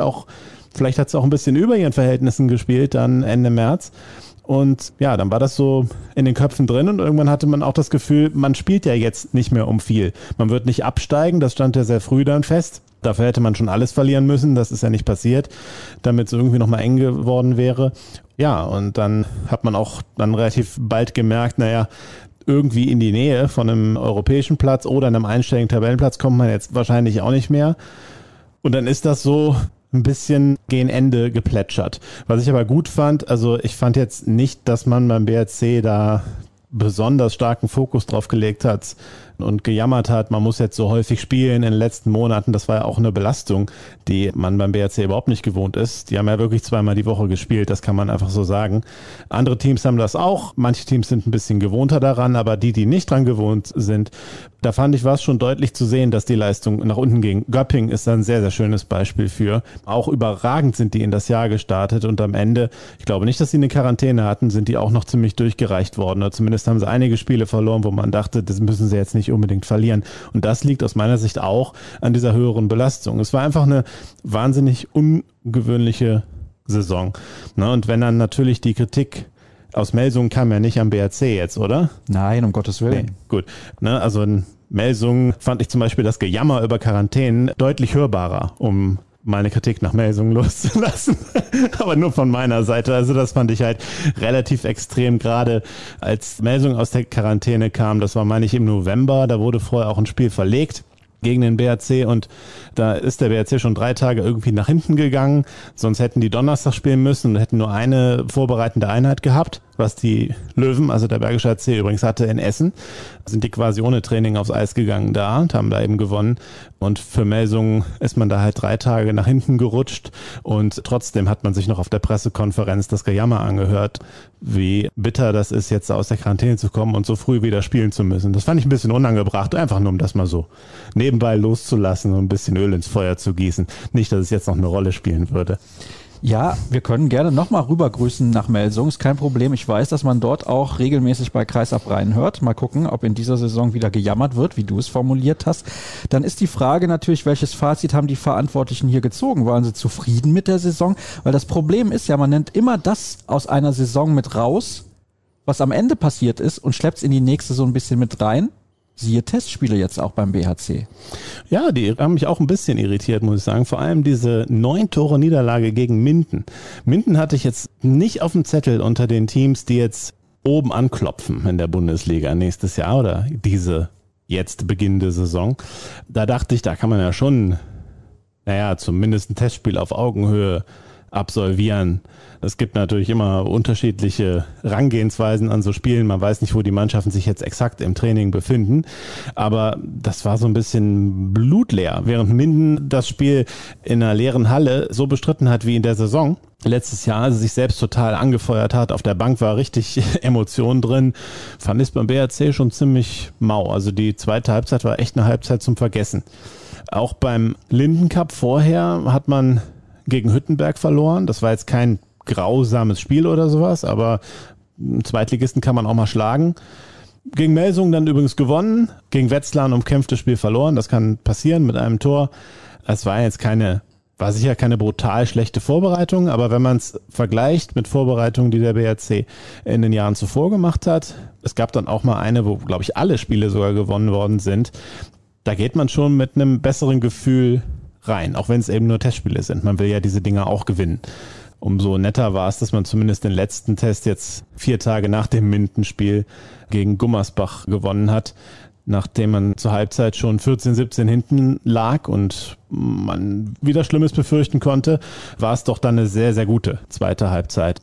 hat es auch ein bisschen über ihren Verhältnissen gespielt, dann Ende März. Und dann war das so in den Köpfen drin und irgendwann hatte man auch das Gefühl, man spielt ja jetzt nicht mehr um viel. Man wird nicht absteigen, das stand ja sehr früh dann fest. Dafür hätte man schon alles verlieren müssen, das ist ja nicht passiert, damit es irgendwie nochmal eng geworden wäre. Ja, und dann hat man auch dann relativ bald gemerkt, irgendwie in die Nähe von einem europäischen Platz oder einem einstelligen Tabellenplatz kommt man jetzt wahrscheinlich auch nicht mehr. Und dann ist das so ein bisschen gegen Ende geplätschert. Was ich aber gut fand, also ich fand jetzt nicht, dass man beim BRC da besonders starken Fokus drauf gelegt hat und gejammert hat, man muss jetzt so häufig spielen in den letzten Monaten. Das war ja auch eine Belastung, die man beim BRC überhaupt nicht gewohnt ist. Die haben ja wirklich 2-mal die Woche gespielt, das kann man einfach so sagen. Andere Teams haben das auch, manche Teams sind ein bisschen gewohnter daran, aber die nicht dran gewohnt sind, da fand ich, war es schon deutlich zu sehen, dass die Leistung nach unten ging. Göppingen ist da ein sehr, sehr schönes Beispiel für. Auch überragend sind die in das Jahr gestartet und am Ende, ich glaube nicht, dass sie eine Quarantäne hatten, sind die auch noch ziemlich durchgereicht worden. Oder zumindest haben sie einige Spiele verloren, wo man dachte, das müssen sie jetzt nicht unbedingt verlieren. Und das liegt aus meiner Sicht auch an dieser höheren Belastung. Es war einfach eine wahnsinnig ungewöhnliche Saison. Und wenn dann natürlich die Kritik aus Melsungen kam ja nicht am BRC jetzt, oder? Nein, um Gottes Willen. Nee, gut. Also in Melsungen fand ich zum Beispiel das Gejammer über Quarantänen deutlich hörbarer, um meine Kritik nach Melsungen loszulassen. Aber nur von meiner Seite. Also das fand ich halt relativ extrem, gerade als Melsungen aus der Quarantäne kam. Das war, meine ich, im November. Da wurde vorher auch ein Spiel verlegt gegen den BRC und da ist der BRC schon 3 Tage irgendwie nach hinten gegangen. Sonst hätten die Donnerstag spielen müssen und hätten nur eine vorbereitende Einheit gehabt, was die Löwen, also der Bergische HC übrigens hatte in Essen. Sind die quasi ohne Training aufs Eis gegangen da und haben da eben gewonnen. Und für Melsungen ist man da halt 3 Tage nach hinten gerutscht und trotzdem hat man sich noch auf der Pressekonferenz das Gejammer angehört, wie bitter das ist, jetzt aus der Quarantäne zu kommen und so früh wieder spielen zu müssen. Das fand ich ein bisschen unangebracht, einfach nur um das mal so nebenbei loszulassen und ein bisschen Öl ins Feuer zu gießen. Nicht, dass es jetzt noch eine Rolle spielen würde. Ja, wir können gerne nochmal rüber grüßen nach Melsung, ist kein Problem. Ich weiß, dass man dort auch regelmäßig bei Kreisab reinhört. Mal gucken, ob in dieser Saison wieder gejammert wird, wie du es formuliert hast. Dann ist die Frage natürlich, welches Fazit haben die Verantwortlichen hier gezogen? Waren sie zufrieden mit der Saison? Weil das Problem ist ja, man nimmt immer das aus einer Saison mit raus, was am Ende passiert ist und schleppt es in die nächste so ein bisschen mit rein. Siehe Testspiele jetzt auch beim BHC. Ja, die haben mich auch ein bisschen irritiert, muss ich sagen. Vor allem diese 9-Tore-Niederlage gegen Minden. Minden hatte ich jetzt nicht auf dem Zettel unter den Teams, die jetzt oben anklopfen in der Bundesliga nächstes Jahr oder diese jetzt beginnende Saison. Da dachte ich, da kann man ja schon, zumindest ein Testspiel auf Augenhöhe absolvieren. Es gibt natürlich immer unterschiedliche Herangehensweisen an so Spielen. Man weiß nicht, wo die Mannschaften sich jetzt exakt im Training befinden. Aber das war so ein bisschen blutleer. Während Minden das Spiel in einer leeren Halle so bestritten hat wie in der Saison letztes Jahr, also sich selbst total angefeuert hat. Auf der Bank war richtig Emotion drin. Fand ich es beim BHC schon ziemlich mau. Also die zweite Halbzeit war echt eine Halbzeit zum Vergessen. Auch beim Linden Cup vorher hat man gegen Hüttenberg verloren. Das war jetzt kein grausames Spiel oder sowas, aber einen Zweitligisten kann man auch mal schlagen. Gegen Melsung dann übrigens gewonnen, gegen Wetzlar ein umkämpftes Spiel verloren. Das kann passieren mit einem Tor. Es war jetzt war sicher keine brutal schlechte Vorbereitung, aber wenn man es vergleicht mit Vorbereitungen, die der BRC in den Jahren zuvor gemacht hat, es gab dann auch mal eine, wo, glaube ich, alle Spiele sogar gewonnen worden sind. Da geht man schon mit einem besseren Gefühl rein, auch wenn es eben nur Testspiele sind. Man will ja diese Dinger auch gewinnen. Umso netter war es, dass man zumindest den letzten Test jetzt 4 Tage nach dem Mindenspiel gegen Gummersbach gewonnen hat, nachdem man zur Halbzeit schon 14-17 hinten lag und man wieder Schlimmes befürchten konnte, war es doch dann eine sehr, sehr gute zweite Halbzeit.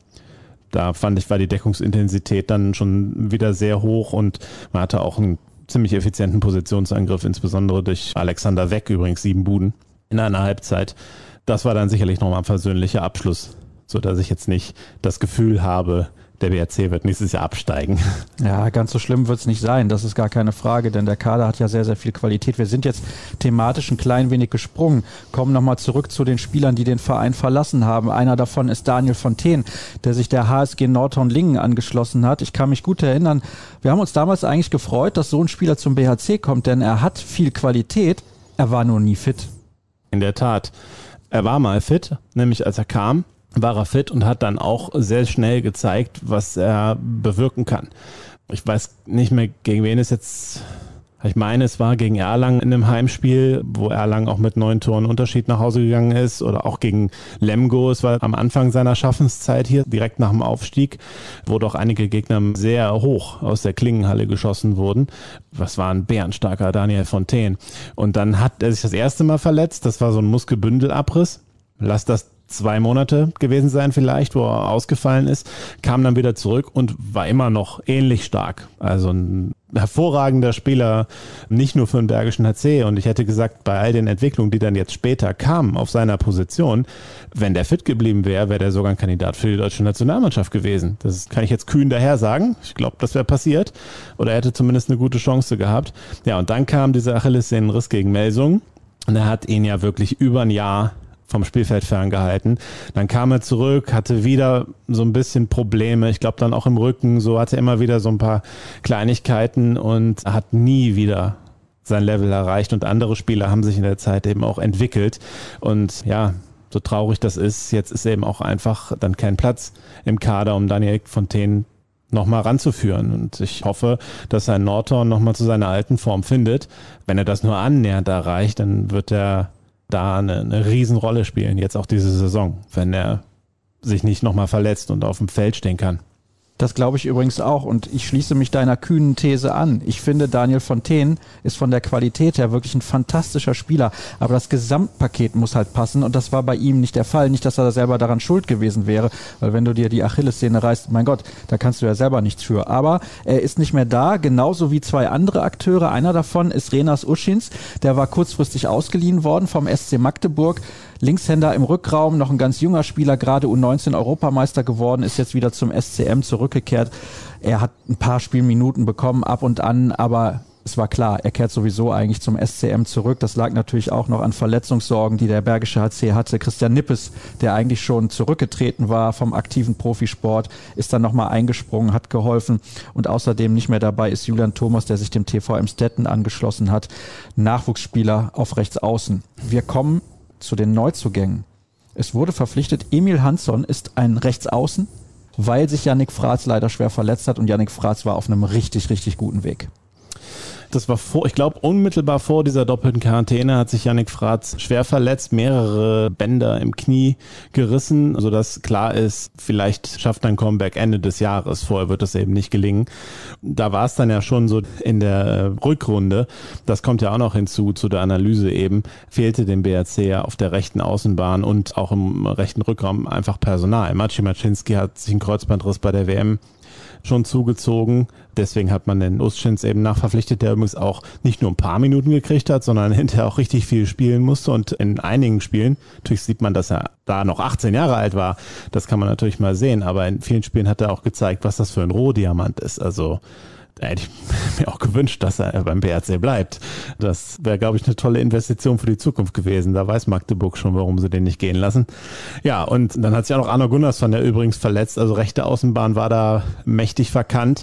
Da fand ich, war die Deckungsintensität dann schon wieder sehr hoch und man hatte auch einen ziemlich effizienten Positionsangriff, insbesondere durch Alexander Weck, übrigens 7 Buden in einer Halbzeit. Das war dann sicherlich nochmal ein versöhnlicher Abschluss, sodass ich jetzt nicht das Gefühl habe, der BRC wird nächstes Jahr absteigen. Ja, ganz so schlimm wird es nicht sein, das ist gar keine Frage, denn der Kader hat ja sehr, sehr viel Qualität. Wir sind jetzt thematisch ein klein wenig gesprungen, kommen nochmal zurück zu den Spielern, die den Verein verlassen haben. Einer davon ist Daniel Fontaine, der sich der HSG Nordhorn-Lingen angeschlossen hat. Ich kann mich gut erinnern, wir haben uns damals eigentlich gefreut, dass so ein Spieler zum BHC kommt, denn er hat viel Qualität, er war nur nie fit. In der Tat. Er war mal fit, nämlich als er kam, war er fit und hat dann auch sehr schnell gezeigt, was er bewirken kann. Ich weiß nicht mehr, gegen wen es jetzt, ich meine, es war gegen Erlangen in einem Heimspiel, wo Erlangen auch mit 9 Toren Unterschied nach Hause gegangen ist, oder auch gegen Lemgo. Es war am Anfang seiner Schaffenszeit hier, direkt nach dem Aufstieg, wo doch einige Gegner sehr hoch aus der Klingenhalle geschossen wurden. Das war ein bärenstarker Daniel Fontaine. Und dann hat er sich das erste Mal verletzt. Das war so ein Muskelbündelabriss. Lass das 2 Monate gewesen sein vielleicht, wo er ausgefallen ist, kam dann wieder zurück und war immer noch ähnlich stark. Also ein hervorragender Spieler, nicht nur für den Bergischen HC. Und ich hätte gesagt, bei all den Entwicklungen, die dann jetzt später kamen auf seiner Position, wenn der fit geblieben wäre, wäre der sogar ein Kandidat für die deutsche Nationalmannschaft gewesen. Das kann ich jetzt kühn daher sagen. Ich glaube, das wäre passiert. Oder er hätte zumindest eine gute Chance gehabt. Ja, und dann kam dieser Achillessehnenriss gegen Melsung. Und er hat ihn ja wirklich über ein Jahr vom Spielfeld ferngehalten. Dann kam er zurück, hatte wieder so ein bisschen Probleme. Ich glaube dann auch im Rücken, so hatte er immer wieder so ein paar Kleinigkeiten und hat nie wieder sein Level erreicht. Und andere Spieler haben sich in der Zeit eben auch entwickelt. Und ja, so traurig das ist, jetzt ist eben auch einfach dann kein Platz im Kader, um Daniel Fontaine nochmal ranzuführen. Und ich hoffe, dass er in Nordhorn nochmal zu seiner alten Form findet. Wenn er das nur annähernd erreicht, dann wird er da eine Riesenrolle spielen, jetzt auch diese Saison, wenn er sich nicht nochmal verletzt und auf dem Feld stehen kann. Das glaube ich übrigens auch und ich schließe mich deiner kühnen These an. Ich finde, Daniel Fontaine ist von der Qualität her wirklich ein fantastischer Spieler, aber das Gesamtpaket muss halt passen und das war bei ihm nicht der Fall. Nicht, dass er selber daran schuld gewesen wäre, weil wenn du dir die Achillessehne reißt, mein Gott, da kannst du ja selber nichts für. Aber er ist nicht mehr da, genauso wie 2 andere Akteure. Einer davon ist Renas Uschins, der war kurzfristig ausgeliehen worden vom SC Magdeburg. Linkshänder im Rückraum, noch ein ganz junger Spieler, gerade U19 Europameister geworden, ist jetzt wieder zum SCM zurückgekehrt. Er hat ein paar Spielminuten bekommen, ab und an, aber Es war klar, er kehrt sowieso eigentlich zum SCM zurück. Das lag natürlich auch noch an Verletzungssorgen, die der Bergische HC hatte. Christian Nippes, der eigentlich schon zurückgetreten war vom aktiven Profisport, ist dann nochmal eingesprungen, hat geholfen. Und außerdem nicht mehr dabei ist Julian Thomas, der sich dem TV Emstetten angeschlossen hat. Nachwuchsspieler auf rechts außen. Wir kommen zu den Neuzugängen. Es wurde verpflichtet, Emil Hansson ist ein Rechtsaußen, weil sich Yannick Fraß leider schwer verletzt hat und Yannick Fraß war auf einem richtig, richtig guten Weg. Das war ich glaube, unmittelbar vor dieser doppelten Quarantäne hat sich Yannick Fraß schwer verletzt, mehrere Bänder im Knie gerissen, sodass klar ist, vielleicht schafft er ein Comeback Ende des Jahres. Vorher wird das eben nicht gelingen. Da war es dann ja schon so in der Rückrunde, das kommt ja auch noch hinzu, zu der Analyse eben, fehlte dem BRC ja auf der rechten Außenbahn und auch im rechten Rückraum einfach Personal. Maciej Maczynski hat sich einen Kreuzbandriss bei der WM schon zugezogen. Deswegen hat man den Ustschins eben nachverpflichtet, der übrigens auch nicht nur ein paar Minuten gekriegt hat, sondern hinterher auch richtig viel spielen musste. Und in einigen Spielen, natürlich sieht man, dass er da noch 18 Jahre alt war, das kann man natürlich mal sehen, aber in vielen Spielen hat er auch gezeigt, was das für ein Rohdiamant ist. Also da hätte ich mir auch gewünscht, dass er beim BRC bleibt. Das wäre, glaube ich, eine tolle Investition für die Zukunft gewesen. Da weiß Magdeburg schon, warum sie den nicht gehen lassen. Ja, und dann hat sich auch noch Arno Gunnarsson, der übrigens verletzt. Also rechte Außenbahn war da mächtig verkannt.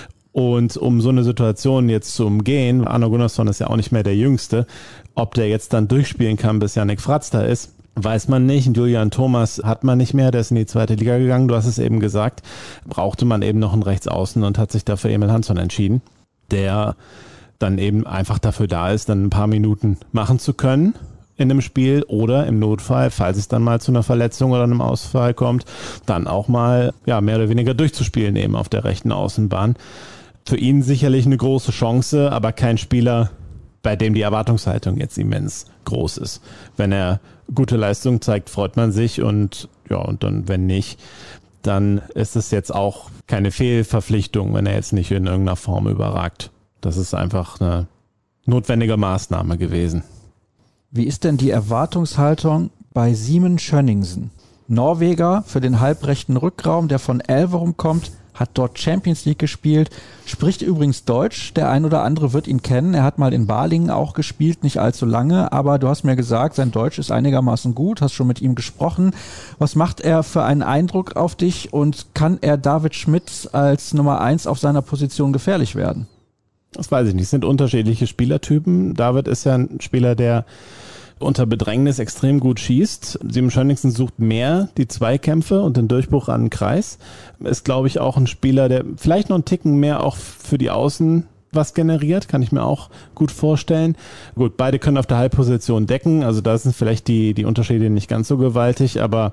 Und um so eine Situation jetzt zu umgehen, Arno Gunnarsson ist ja auch nicht mehr der Jüngste, ob der jetzt dann durchspielen kann, bis Yannick Fraß da ist, weiß man nicht. Julian Thomas hat man nicht mehr, der ist in die zweite Liga gegangen, du hast es eben gesagt. Brauchte man eben noch einen Rechtsaußen und hat sich dafür Emil Hansson entschieden, der dann eben einfach dafür da ist, dann ein paar Minuten machen zu können in einem Spiel oder im Notfall, falls es dann mal zu einer Verletzung oder einem Ausfall kommt, dann auch mal ja mehr oder weniger durchzuspielen eben auf der rechten Außenbahn. Für ihn sicherlich eine große Chance, aber kein Spieler, bei dem die Erwartungshaltung jetzt immens groß ist. Wenn er gute Leistung zeigt, freut man sich und ja, und dann, wenn nicht, dann ist es jetzt auch keine Fehlverpflichtung, wenn er jetzt nicht in irgendeiner Form überragt. Das ist einfach eine notwendige Maßnahme gewesen. Wie ist denn die Erwartungshaltung bei Simon Schönningsen? Norweger für den halbrechten Rückraum, der von Elverum kommt, hat dort Champions League gespielt, spricht übrigens Deutsch. Der ein oder andere wird ihn kennen. Er hat mal in Balingen auch gespielt, nicht allzu lange, aber du hast mir gesagt, sein Deutsch ist einigermaßen gut, hast schon mit ihm gesprochen. Was macht er für einen Eindruck auf dich und kann er David Schmidt als Nummer 1 auf seiner Position gefährlich werden? Das weiß ich nicht. Es sind unterschiedliche Spielertypen. David ist ja ein Spieler, der unter Bedrängnis extrem gut schießt. Simon Schönningsen sucht mehr die Zweikämpfe und den Durchbruch an den Kreis. Ist, glaube ich, auch ein Spieler, der vielleicht noch einen Ticken mehr auch für die Außen was generiert, kann ich mir auch gut vorstellen. Gut, beide können auf der Halbposition decken, also da sind vielleicht die Unterschiede nicht ganz so gewaltig, aber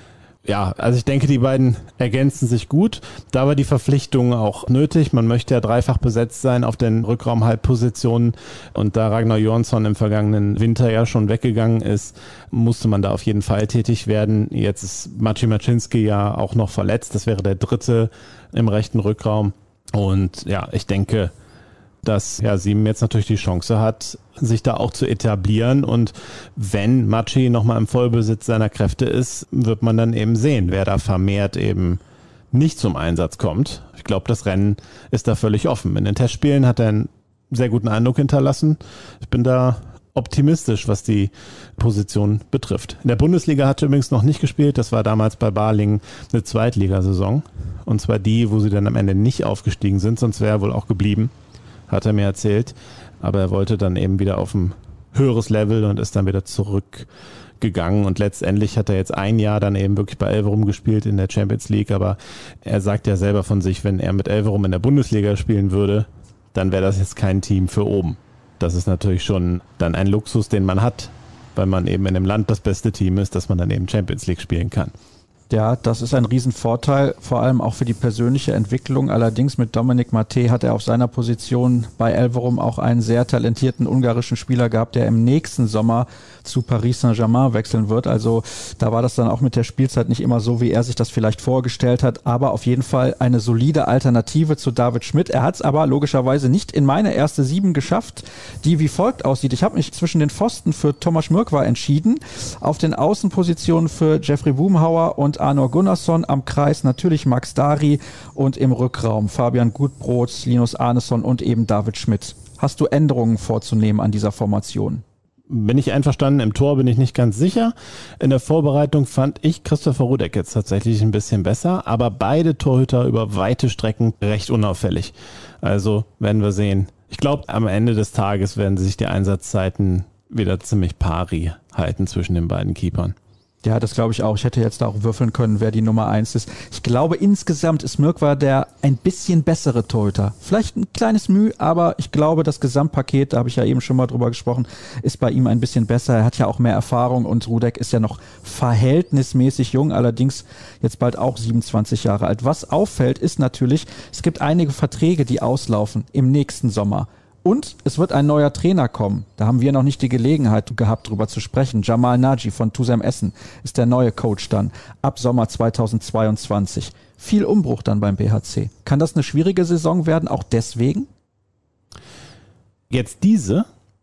ja, also ich denke, die beiden ergänzen sich gut. Da war die Verpflichtung auch nötig. Man möchte ja dreifach besetzt sein auf den Rückraum-Halbpositionen. Und da Ragnar Johansson im vergangenen Winter ja schon weggegangen ist, musste man da auf jeden Fall tätig werden. Jetzt ist Maciej Maczynski ja auch noch verletzt. Das wäre der dritte im rechten Rückraum. Und ja, ich denke, dass ja Simon jetzt natürlich die Chance hat, sich da auch zu etablieren. Und wenn Maciej nochmal im Vollbesitz seiner Kräfte ist, wird man dann eben sehen, wer da vermehrt eben nicht zum Einsatz kommt. Ich glaube, das Rennen ist da völlig offen. In den Testspielen hat er einen sehr guten Eindruck hinterlassen. Ich bin da optimistisch, was die Position betrifft. In der Bundesliga hat er übrigens noch nicht gespielt. Das war damals bei Balingen eine Zweitligasaison. Und zwar die, wo sie dann am Ende nicht aufgestiegen sind, sonst wäre er wohl auch geblieben, hat er mir erzählt. Aber er wollte dann eben wieder auf ein höheres Level und ist dann wieder zurückgegangen. Und letztendlich hat er jetzt ein Jahr dann eben wirklich bei Elverum gespielt in der Champions League. Aber er sagt ja selber von sich, wenn er mit Elverum in der Bundesliga spielen würde, dann wäre das jetzt kein Team für oben. Das ist natürlich schon dann ein Luxus, den man hat, weil man eben in dem Land das beste Team ist, dass man dann eben Champions League spielen kann. Ja, das ist ein Riesenvorteil, vor allem auch für die persönliche Entwicklung. Allerdings mit Dominik Maté hat er auf seiner Position bei Elverum auch einen sehr talentierten ungarischen Spieler gehabt, der im nächsten Sommer zu Paris Saint-Germain wechseln wird. Also da war das dann auch mit der Spielzeit nicht immer so, wie er sich das vielleicht vorgestellt hat, aber auf jeden Fall eine solide Alternative zu David Schmidt. Er hat es aber logischerweise nicht in meine erste 7 geschafft, die wie folgt aussieht. Ich habe mich zwischen den Pfosten für Tomasz Mrkwa entschieden, auf den Außenpositionen für Jeffrey Boomhauer und Arno Gunnarsson, am Kreis natürlich Max Dari und im Rückraum Fabian Gutbrot, Linus Arneson und eben David Schmidt. hast du Änderungen vorzunehmen an dieser Formation? Bin ich einverstanden, im Tor bin ich nicht ganz sicher. In der Vorbereitung fand ich Christopher Rudek jetzt tatsächlich ein bisschen besser, aber beide Torhüter über weite Strecken recht unauffällig. Also werden wir sehen. Ich glaube, am Ende des Tages werden sich die Einsatzzeiten wieder ziemlich pari halten zwischen den beiden Keepern. Ja, das glaube ich auch. Ich hätte jetzt auch würfeln können, wer die Nummer 1 ist. Ich glaube, insgesamt ist Mirkwa der ein bisschen bessere Torhüter. Vielleicht ein kleines Mühe, aber ich glaube, das Gesamtpaket, da habe ich ja eben schon mal drüber gesprochen, ist bei ihm ein bisschen besser. Er hat ja auch mehr Erfahrung und Rudek ist ja noch verhältnismäßig jung, allerdings jetzt bald auch 27 Jahre alt. Was auffällt, ist natürlich, es gibt einige Verträge, die auslaufen im nächsten Sommer. Und es wird ein neuer Trainer kommen. Da haben wir noch nicht die Gelegenheit gehabt, drüber zu sprechen. Jamal Naji von TuSem Essen ist der neue Coach dann ab Sommer 2022. Viel Umbruch dann beim BHC. Kann das eine schwierige Saison werden, auch deswegen? Jetzt diese?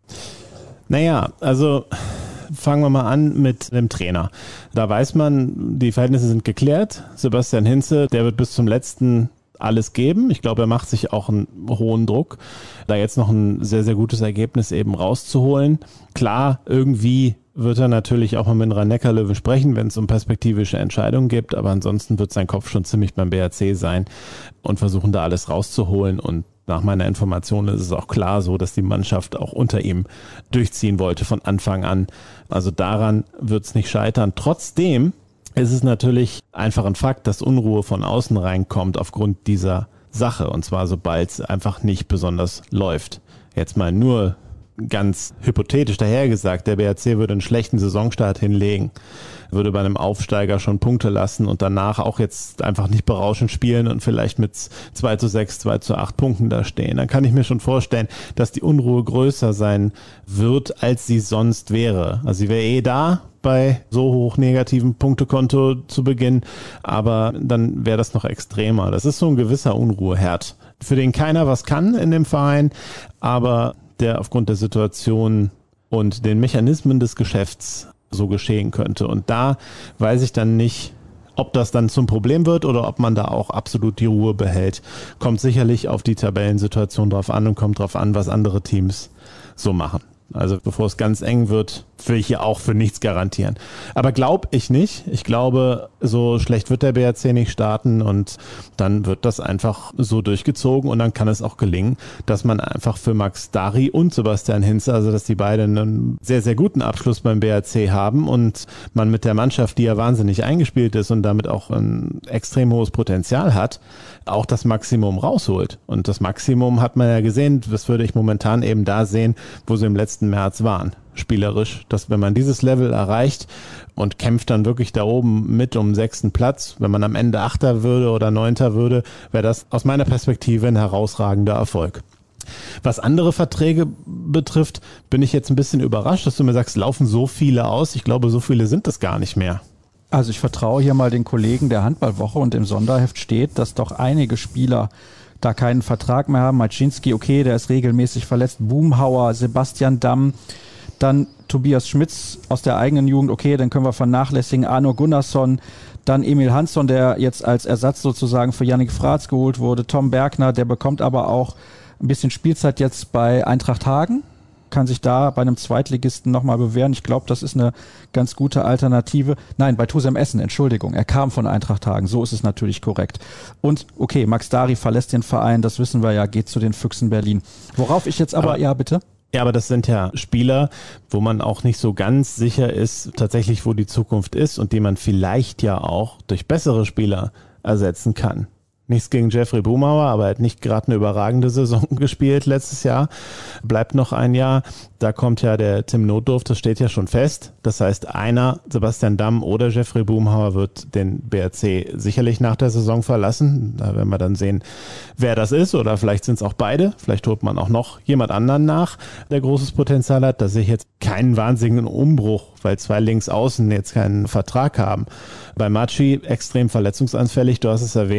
Naja, also fangen wir mal an mit dem Trainer. Da weiß man, die Verhältnisse sind geklärt. Sebastian Hinze, der wird bis zum letzten alles geben. Ich glaube, er macht sich auch einen hohen Druck, da jetzt noch ein sehr, sehr gutes Ergebnis eben rauszuholen. Klar, irgendwie wird er natürlich auch mal mit Rhein-Neckar-Löwen sprechen, wenn es um perspektivische Entscheidungen gibt, aber ansonsten wird sein Kopf schon ziemlich beim BRC sein und versuchen da alles rauszuholen. Und nach meiner Information ist es auch klar so, dass die Mannschaft auch unter ihm durchziehen wollte von Anfang an. Also daran wird es nicht scheitern. Trotzdem ist es natürlich einfach ein Fakt, dass Unruhe von außen reinkommt aufgrund dieser Sache. Und zwar sobald es einfach nicht besonders läuft. Jetzt mal nur ganz hypothetisch dahergesagt, der BRC würde einen schlechten Saisonstart hinlegen, würde bei einem Aufsteiger schon Punkte lassen und danach auch jetzt einfach nicht berauschend spielen und vielleicht mit 2:6, 2:8 Punkten da stehen. Dann kann ich mir schon vorstellen, dass die Unruhe größer sein wird, als sie sonst wäre. Also sie wäre da bei so hoch negativen Punktekonto zu Beginn, aber dann wäre das noch extremer. Das ist so ein gewisser Unruheherd, für den keiner was kann in dem Verein, aber der aufgrund der Situation und den Mechanismen des Geschäfts so geschehen könnte. Und da weiß ich dann nicht, ob das dann zum Problem wird oder ob man da auch absolut die Ruhe behält. Kommt sicherlich auf die Tabellensituation drauf an und kommt drauf an, was andere Teams so machen. Also bevor es ganz eng wird, will ich hier auch für nichts garantieren. Aber glaube ich nicht. Ich glaube, so schlecht wird der BRC nicht starten und dann wird das einfach so durchgezogen und dann kann es auch gelingen, dass man einfach für Max Dari und Sebastian Hinze, also dass die beiden einen sehr, sehr guten Abschluss beim BRC haben und man mit der Mannschaft, die ja wahnsinnig eingespielt ist und damit auch ein extrem hohes Potenzial hat, auch das Maximum rausholt. Und das Maximum hat man ja gesehen, das würde ich momentan eben da sehen, wo sie im letzten März waren. Spielerisch, dass wenn man dieses Level erreicht und kämpft dann wirklich da oben mit um 6. Platz, wenn man am Ende 8. würde oder 9. würde, wäre das aus meiner Perspektive ein herausragender Erfolg. Was andere Verträge betrifft, bin ich jetzt ein bisschen überrascht, dass du mir sagst, laufen so viele aus. Ich glaube, so viele sind es gar nicht mehr. Also ich vertraue hier mal den Kollegen der Handballwoche und im Sonderheft steht, dass doch einige Spieler da keinen Vertrag mehr haben. Maczynski, okay, der ist regelmäßig verletzt. Boomhauer, Sebastian Damm, dann Tobias Schmitz aus der eigenen Jugend, okay, dann können wir vernachlässigen. Arno Gunnarsson, dann Emil Hansson, der jetzt als Ersatz sozusagen für Yannick Fraß geholt wurde. Tom Bergner, der bekommt aber auch ein bisschen Spielzeit jetzt bei Eintracht Hagen. Kann sich da bei einem Zweitligisten nochmal bewähren. Ich glaube, das ist eine ganz gute Alternative. Nein, bei TuSem Essen, Entschuldigung. Er kam von Eintracht Hagen. So ist es natürlich korrekt. Und okay, Max Dari verlässt den Verein. Das wissen wir ja, geht zu den Füchsen Berlin. Worauf ich jetzt aber ja, bitte? Ja, aber das sind ja Spieler, wo man auch nicht so ganz sicher ist, tatsächlich, wo die Zukunft ist und die man vielleicht ja auch durch bessere Spieler ersetzen kann. Nichts gegen Jeffrey Boomhauer, aber er hat nicht gerade eine überragende Saison gespielt letztes Jahr. Bleibt noch ein Jahr. Da kommt ja der Tim Notdurf, das steht ja schon fest. Das heißt, einer, Sebastian Damm oder Jeffrey Boomhauer, wird den BRC sicherlich nach der Saison verlassen. Da werden wir dann sehen, wer das ist. Oder vielleicht sind es auch beide. Vielleicht holt man auch noch jemand anderen nach, der großes Potenzial hat. Da sehe ich jetzt keinen wahnsinnigen Umbruch, weil 2 Linksaußen jetzt keinen Vertrag haben. Bei Matschi extrem verletzungsanfällig, du hast es erwähnt.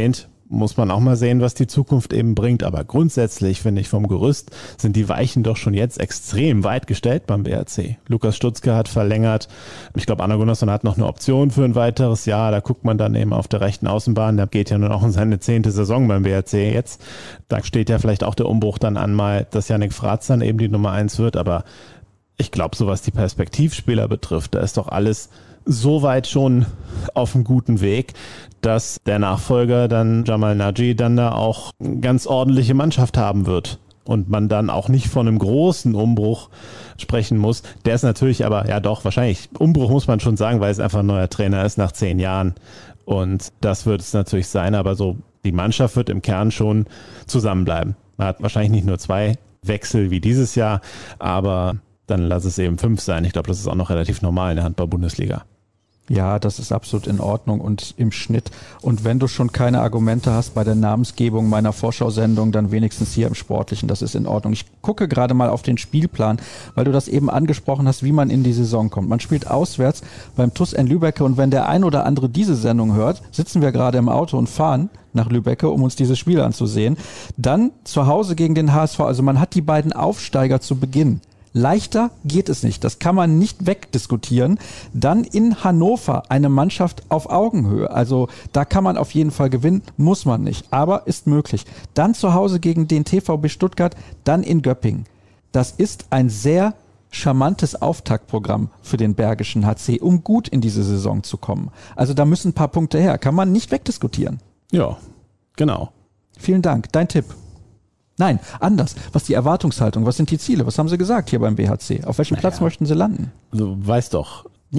muss man auch mal sehen, was die Zukunft eben bringt. Aber grundsätzlich, finde ich, vom Gerüst sind die Weichen doch schon jetzt extrem weit gestellt beim BRC. Lukas Stutzke hat verlängert. Ich glaube, Anna Gunnarsson hat noch eine Option für ein weiteres Jahr. Da guckt man dann eben auf der rechten Außenbahn. Der geht ja nun auch in seine 10. Saison beim BRC jetzt. Da steht ja vielleicht auch der Umbruch dann an mal, dass Yannick Fratz dann eben die Nummer 1 wird. Aber ich glaube, so was die Perspektivspieler betrifft, da ist doch alles so weit schon auf einem guten Weg, dass der Nachfolger dann Jamal Naji dann da auch eine ganz ordentliche Mannschaft haben wird und man dann auch nicht von einem großen Umbruch sprechen muss. Der ist natürlich aber, ja doch, wahrscheinlich Umbruch muss man schon sagen, weil es einfach ein neuer Trainer ist nach 10 Jahren und das wird es natürlich sein, aber so die Mannschaft wird im Kern schon zusammenbleiben. Man hat wahrscheinlich nicht nur 2 Wechsel wie dieses Jahr, aber dann lass es eben 5 sein. Ich glaube, das ist auch noch relativ normal in der Handball-Bundesliga. Ja, das ist absolut in Ordnung und im Schnitt. Und wenn du schon keine Argumente hast bei der Namensgebung meiner Vorschau-Sendung, dann wenigstens hier im Sportlichen, das ist in Ordnung. Ich gucke gerade mal auf den Spielplan, weil du das eben angesprochen hast, wie man in die Saison kommt. Man spielt auswärts beim TuS in Lübbecke und wenn der ein oder andere diese Sendung hört, sitzen wir gerade im Auto und fahren nach Lübbecke, um uns dieses Spiel anzusehen. Dann zu Hause gegen den HSV. Also man hat die beiden Aufsteiger zu Beginn. Leichter geht es nicht. Das kann man nicht wegdiskutieren. Dann in Hannover eine Mannschaft auf Augenhöhe. Also da kann man auf jeden Fall gewinnen, muss man nicht. Aber ist möglich. Dann zu Hause gegen den TVB Stuttgart, dann in Göppingen. Das ist ein sehr charmantes Auftaktprogramm für den Bergischen HC, um gut in diese Saison zu kommen. Also da müssen ein paar Punkte her. Kann man nicht wegdiskutieren. Ja, genau. Vielen Dank. Dein Tipp? Nein, anders. Was die Erwartungshaltung, was sind die Ziele? Was haben Sie gesagt hier beim BHC? Auf welchem Platz möchten Sie landen? Du weißt doch, Ja.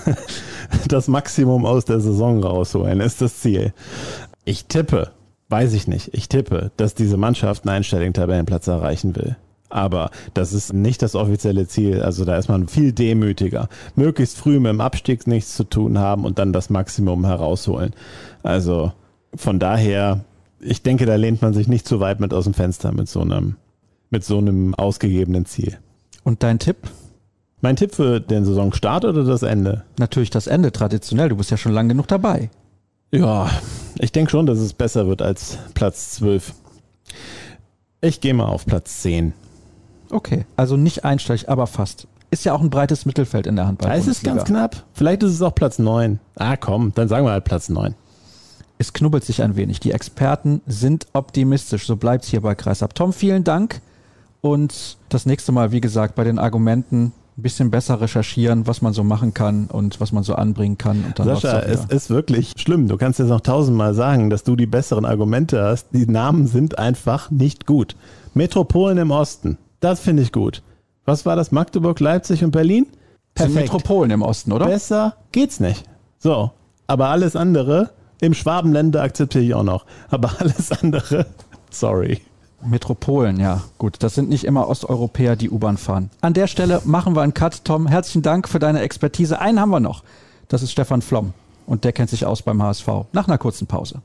das Maximum aus der Saison rausholen ist das Ziel. Ich tippe, dass diese Mannschaft einen einstelligen Tabellenplatz erreichen will. Aber das ist nicht das offizielle Ziel. Also da ist man viel demütiger. Möglichst früh mit dem Abstieg nichts zu tun haben und dann das Maximum herausholen. Also von daher, ich denke, da lehnt man sich nicht zu weit mit aus dem Fenster mit so einem ausgegebenen Ziel. Und dein Tipp? Mein Tipp für den Saisonstart oder das Ende? Natürlich das Ende, traditionell. Du bist ja schon lang genug dabei. Ja, ich denke schon, dass es besser wird als Platz 12. Ich gehe mal auf Platz 10. Okay, also nicht einstellig, aber fast. Ist ja auch ein breites Mittelfeld in der Handball. Es ist ganz knapp. Vielleicht ist es auch Platz 9. Komm, dann sagen wir halt Platz 9. Es knubbelt sich ein wenig. Die Experten sind optimistisch. So bleibt es hier bei Kreisab. Tom, vielen Dank. Und das nächste Mal, wie gesagt, bei den Argumenten ein bisschen besser recherchieren, was man so machen kann und was man so anbringen kann. Und dann Sascha, es ist wirklich schlimm. Du kannst jetzt noch 1000-mal sagen, dass du die besseren Argumente hast. Die Namen sind einfach nicht gut. Metropolen im Osten, das finde ich gut. Was war das? Magdeburg, Leipzig und Berlin? Perfekt. Sind Metropolen im Osten, oder? Besser geht's nicht. So, aber alles andere, im Schwabenländer akzeptiere ich auch noch. Aber alles andere, sorry. Metropolen, ja gut. Das sind nicht immer Osteuropäer, die U-Bahn fahren. An der Stelle machen wir einen Cut. Tom, herzlichen Dank für deine Expertise. Einen haben wir noch. Das ist Stefan Flom. Und der kennt sich aus beim HSV. Nach einer kurzen Pause.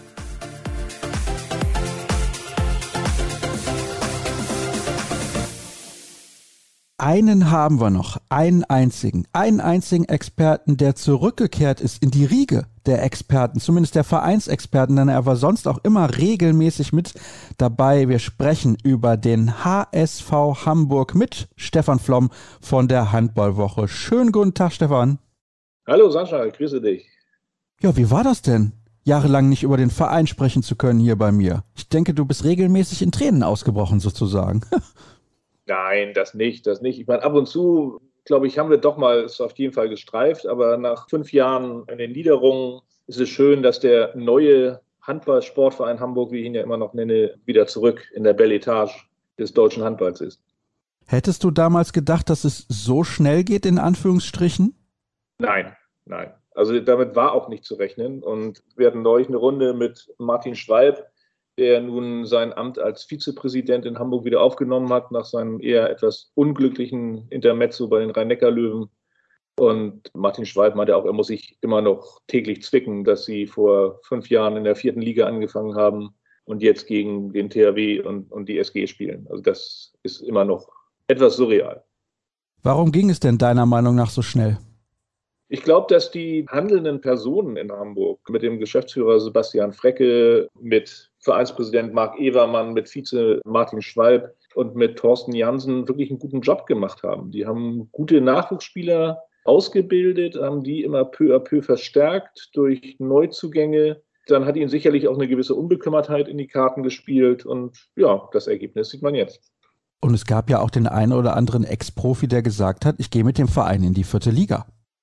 Einen haben wir noch, einen einzigen Experten, der zurückgekehrt ist in die Riege der Experten, zumindest der Vereinsexperten, denn er war sonst auch immer regelmäßig mit dabei. Wir sprechen über den HSV Hamburg mit Stefan Flom von der Handballwoche. Schönen guten Tag, Stefan. Hallo Sascha, ich grüße dich. Ja, wie war das denn, jahrelang nicht über den Verein sprechen zu können hier bei mir? Ich denke, du bist regelmäßig in Tränen ausgebrochen sozusagen. Nein, das nicht. Ich meine, ab und zu, glaube ich, haben wir doch mal es auf jeden Fall gestreift, aber nach 5 Jahren in den Niederungen ist es schön, dass der neue Handball-Sportverein Hamburg, wie ich ihn ja immer noch nenne, wieder zurück in der Belle Etage des deutschen Handballs ist. Hättest du damals gedacht, dass es so schnell geht, in Anführungsstrichen? Nein. Also damit war auch nicht zu rechnen. Und wir hatten neulich eine Runde mit Martin Schwalb, der nun sein Amt als Vizepräsident in Hamburg wieder aufgenommen hat, nach seinem eher etwas unglücklichen Intermezzo bei den Rhein-Neckar-Löwen. Und Martin Schwalb meinte auch, er muss sich immer noch täglich zwicken, dass sie vor 5 Jahren in der 4. Liga angefangen haben und jetzt gegen den THW und die SG spielen. Also das ist immer noch etwas surreal. Warum ging es denn deiner Meinung nach so schnell? Ich glaube, dass die handelnden Personen in Hamburg mit dem Geschäftsführer Sebastian Frecke, mit Vereinspräsident Marc Evermann, mit Vize Martin Schwalb und mit Thorsten Jansen wirklich einen guten Job gemacht haben. Die haben gute Nachwuchsspieler ausgebildet, haben die immer peu à peu verstärkt durch Neuzugänge. Dann hat ihnen sicherlich auch eine gewisse Unbekümmertheit in die Karten gespielt. Und ja, das Ergebnis sieht man jetzt. Und es gab ja auch den einen oder anderen Ex-Profi, der gesagt hat, ich gehe mit dem Verein in die 4. Liga.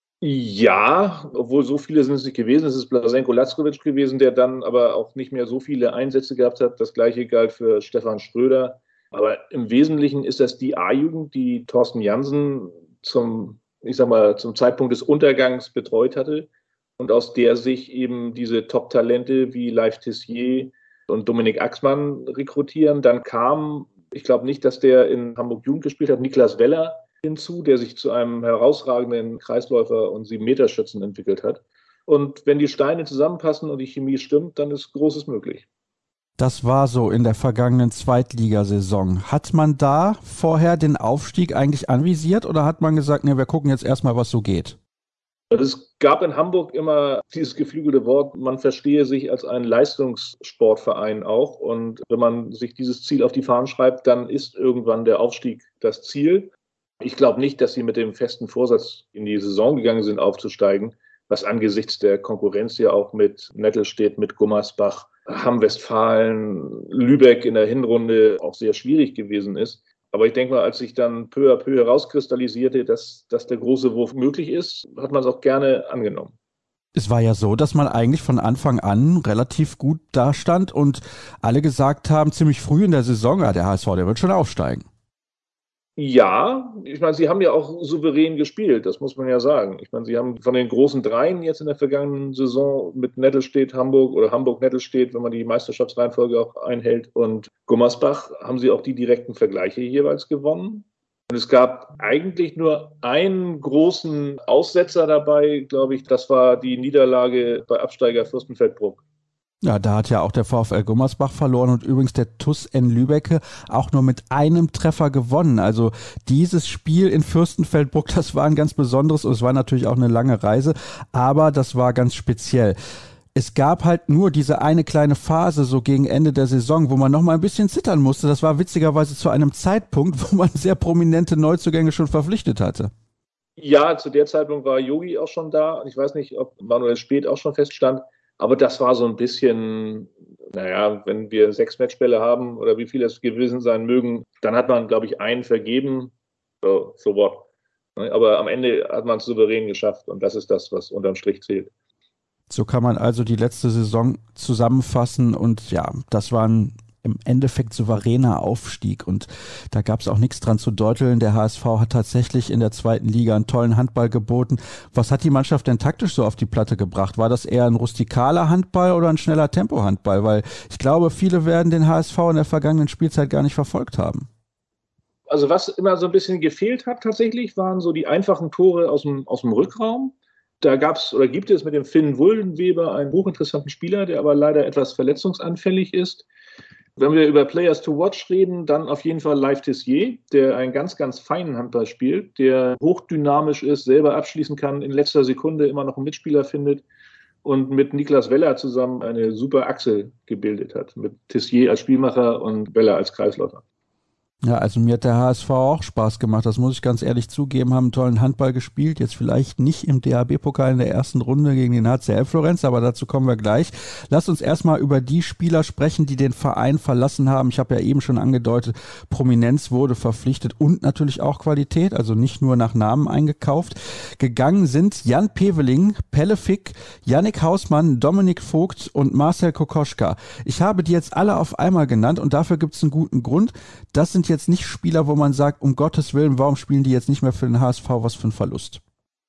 Ja, obwohl so viele sind es nicht gewesen. Es ist Blaženko Lackovic gewesen, der dann aber auch nicht mehr so viele Einsätze gehabt hat. Das Gleiche galt für Stefan Schröder. Aber im Wesentlichen ist das die A-Jugend, die Thorsten Jansen zum Zeitpunkt des Untergangs betreut hatte und aus der sich eben diese Top-Talente wie Leif Tissier und Dominik Axmann rekrutieren. Dann kam, ich glaube nicht, dass der in Hamburg Jugend gespielt hat, Niklas Weller hinzu, der sich zu einem herausragenden Kreisläufer und 7-Meter-Schützen entwickelt hat. Und wenn die Steine zusammenpassen und die Chemie stimmt, dann ist Großes möglich. Das war so in der vergangenen Zweitligasaison. Hat man da vorher den Aufstieg eigentlich anvisiert oder hat man gesagt, ne, wir gucken jetzt erstmal, was so geht? Es gab in Hamburg immer dieses geflügelte Wort, man verstehe sich als ein Leistungssportverein auch. Und wenn man sich dieses Ziel auf die Fahnen schreibt, dann ist irgendwann der Aufstieg das Ziel. Ich glaube nicht, dass sie mit dem festen Vorsatz in die Saison gegangen sind, aufzusteigen, was angesichts der Konkurrenz ja auch mit Nettelstedt, mit Gummersbach, Hamm-Westfalen, Lübeck in der Hinrunde auch sehr schwierig gewesen ist. Aber ich denke mal, als sich dann peu à peu herauskristallisierte, dass der große Wurf möglich ist, hat man es auch gerne angenommen. Es war ja so, dass man eigentlich von Anfang an relativ gut dastand und alle gesagt haben, ziemlich früh in der Saison, ja, der HSV, der wird schon aufsteigen. Ja, ich meine, sie haben ja auch souverän gespielt, das muss man ja sagen. Ich meine, sie haben von den großen Dreien jetzt in der vergangenen Saison mit Nettelstedt Hamburg oder Hamburg-Nettelstedt, wenn man die Meisterschaftsreihenfolge auch einhält, und Gummersbach, haben sie auch die direkten Vergleiche jeweils gewonnen. Und es gab eigentlich nur einen großen Aussetzer dabei, glaube ich, das war die Niederlage bei Absteiger Fürstenfeldbruck. Ja, da hat ja auch der VfL Gummersbach verloren und übrigens der TuS N Lübbecke auch nur mit einem Treffer gewonnen. Also dieses Spiel in Fürstenfeldbruck, das war ein ganz besonderes und es war natürlich auch eine lange Reise, aber das war ganz speziell. Es gab halt nur diese eine kleine Phase so gegen Ende der Saison, wo man noch mal ein bisschen zittern musste. Das war witzigerweise zu einem Zeitpunkt, wo man sehr prominente Neuzugänge schon verpflichtet hatte. Ja, zu der Zeitpunkt war Yogi auch schon da. Ich weiß nicht, ob Manuel Späth auch schon feststand. Aber das war so ein bisschen, naja, wenn wir 6 Matchbälle haben oder wie viele es gewesen sein mögen, dann hat man, glaube ich, einen vergeben. So what. Aber am Ende hat man es souverän geschafft und das ist das, was unterm Strich zählt. So kann man also die letzte Saison zusammenfassen und ja, das war ein im Endeffekt souveräner Aufstieg und da gab es auch nichts dran zu deuteln. Der HSV hat tatsächlich in der 2. Liga einen tollen Handball geboten. Was hat die Mannschaft denn taktisch so auf die Platte gebracht? War das eher ein rustikaler Handball oder ein schneller Tempo-Handball? Weil ich glaube, viele werden den HSV in der vergangenen Spielzeit gar nicht verfolgt haben. Also was immer so ein bisschen gefehlt hat tatsächlich, waren so die einfachen Tore aus dem Rückraum. Da gibt es mit dem Finn Wuldenweber einen hochinteressanten Spieler, der aber leider etwas verletzungsanfällig ist. Wenn wir über Players to Watch reden, dann auf jeden Fall Leif Tissier, der einen ganz, ganz feinen Handball spielt, der hochdynamisch ist, selber abschließen kann, in letzter Sekunde immer noch einen Mitspieler findet und mit Niklas Weller zusammen eine super Achse gebildet hat, mit Tissier als Spielmacher und Weller als Kreisläufer. Ja, also mir hat der HSV auch Spaß gemacht, das muss ich ganz ehrlich zugeben, haben einen tollen Handball gespielt, jetzt vielleicht nicht im DHB-Pokal in der ersten Runde gegen den HCL Florenz, aber dazu kommen wir gleich. Lasst uns erstmal über die Spieler sprechen, die den Verein verlassen haben. Ich habe ja eben schon angedeutet, Prominenz wurde verpflichtet und natürlich auch Qualität, also nicht nur nach Namen eingekauft. Gegangen sind Jan Peveling, Pelle Fick, Yannick Hausmann, Dominik Vogt und Marcel Kokoschka. Ich habe die jetzt alle auf einmal genannt und dafür gibt es einen guten Grund. Das sind jetzt nicht Spieler, wo man sagt, um Gottes Willen, warum spielen die jetzt nicht mehr für den HSV, was für ein Verlust?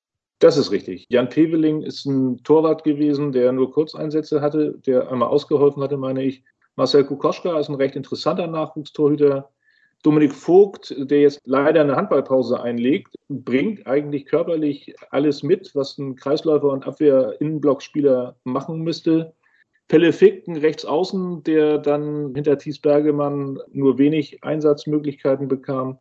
Das ist richtig. Jan Peveling ist ein Torwart gewesen, der nur Kurzeinsätze hatte, der einmal ausgeholfen hatte, meine ich. Marcel Kokoschka ist ein recht interessanter Nachwuchstorhüter. Dominik Vogt, der jetzt leider eine Handballpause einlegt, bringt eigentlich körperlich alles mit, was ein Kreisläufer und Abwehr-Innenblockspieler machen müsste. Pelle Fick, ein Rechtsaußen, der dann hinter Thies Bergemann nur wenig Einsatzmöglichkeiten bekam.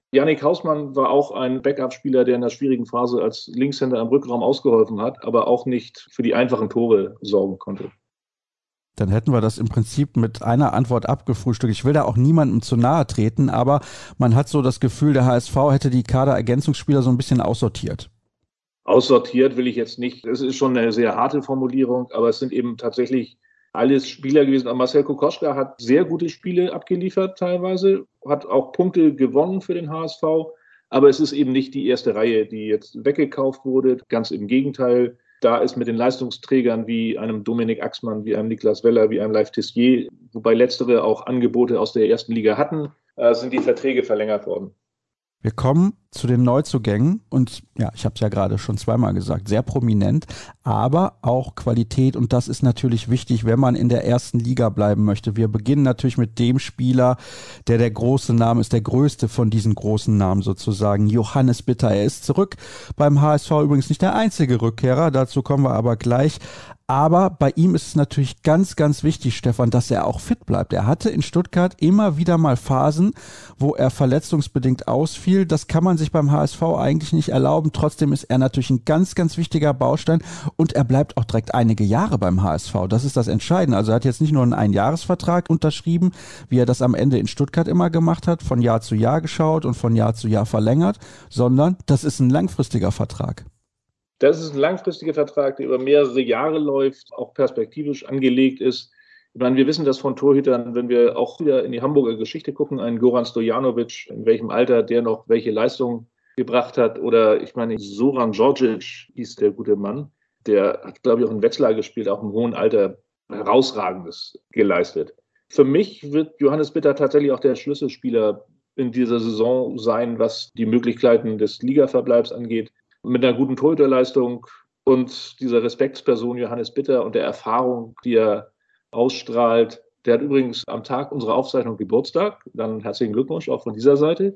Yannick Hausmann war auch ein Backup-Spieler, der in der schwierigen Phase als Linkshänder im Rückraum ausgeholfen hat, aber auch nicht für die einfachen Tore sorgen konnte. Dann hätten wir das im Prinzip mit einer Antwort abgefrühstückt. Ich will da auch niemandem zu nahe treten, aber man hat so das Gefühl, der HSV hätte die Kaderergänzungsspieler so ein bisschen aussortiert. Aussortiert will ich jetzt nicht. Es ist schon eine sehr harte Formulierung, aber es sind eben tatsächlich alles Spieler gewesen. Marcel Kokoschka hat sehr gute Spiele abgeliefert teilweise, hat auch Punkte gewonnen für den HSV, aber es ist eben nicht die erste Reihe, die jetzt weggekauft wurde. Ganz im Gegenteil, da ist mit den Leistungsträgern wie einem Dominik Axmann, wie einem Niklas Weller, wie einem Leif Tissier, wobei letztere auch Angebote aus der ersten Liga hatten, sind die Verträge verlängert worden. Wir kommen zu den Neuzugängen und ja, ich habe es ja gerade schon zweimal gesagt, sehr prominent, aber auch Qualität und das ist natürlich wichtig, wenn man in der ersten Liga bleiben möchte. Wir beginnen natürlich mit dem Spieler, der große Name ist, der größte von diesen großen Namen sozusagen, Johannes Bitter. Er ist zurück beim HSV, übrigens nicht der einzige Rückkehrer, dazu kommen wir aber gleich. Aber bei ihm ist es natürlich ganz, ganz wichtig, Stefan, dass er auch fit bleibt. Er hatte in Stuttgart immer wieder mal Phasen, wo er verletzungsbedingt ausfiel. Das kann man sich beim HSV eigentlich nicht erlauben. Trotzdem ist er natürlich ein ganz, ganz wichtiger Baustein und er bleibt auch direkt einige Jahre beim HSV. Das ist das Entscheidende. Also er hat jetzt nicht nur einen Einjahresvertrag unterschrieben, wie er das am Ende in Stuttgart immer gemacht hat, von Jahr zu Jahr geschaut und von Jahr zu Jahr verlängert, sondern das ist ein langfristiger Vertrag. Das ist ein langfristiger Vertrag, der über mehrere Jahre läuft, auch perspektivisch angelegt ist. Ich meine, wir wissen das von Torhütern, wenn wir auch wieder in die Hamburger Geschichte gucken, einen Goran Stojanovic, in welchem Alter der noch welche Leistung gebracht hat. Oder ich meine, Zoran Djordjic hieß der gute Mann. Der hat, glaube ich, auch in Wetzlar gespielt, auch im hohen Alter herausragendes geleistet. Für mich wird Johannes Bitter tatsächlich auch der Schlüsselspieler in dieser Saison sein, was die Möglichkeiten des Ligaverbleibs angeht. Mit einer guten Torhüterleistung und dieser Respektsperson Johannes Bitter und der Erfahrung, die er ausstrahlt. Der hat übrigens am Tag unserer Aufzeichnung Geburtstag. Dann herzlichen Glückwunsch auch von dieser Seite.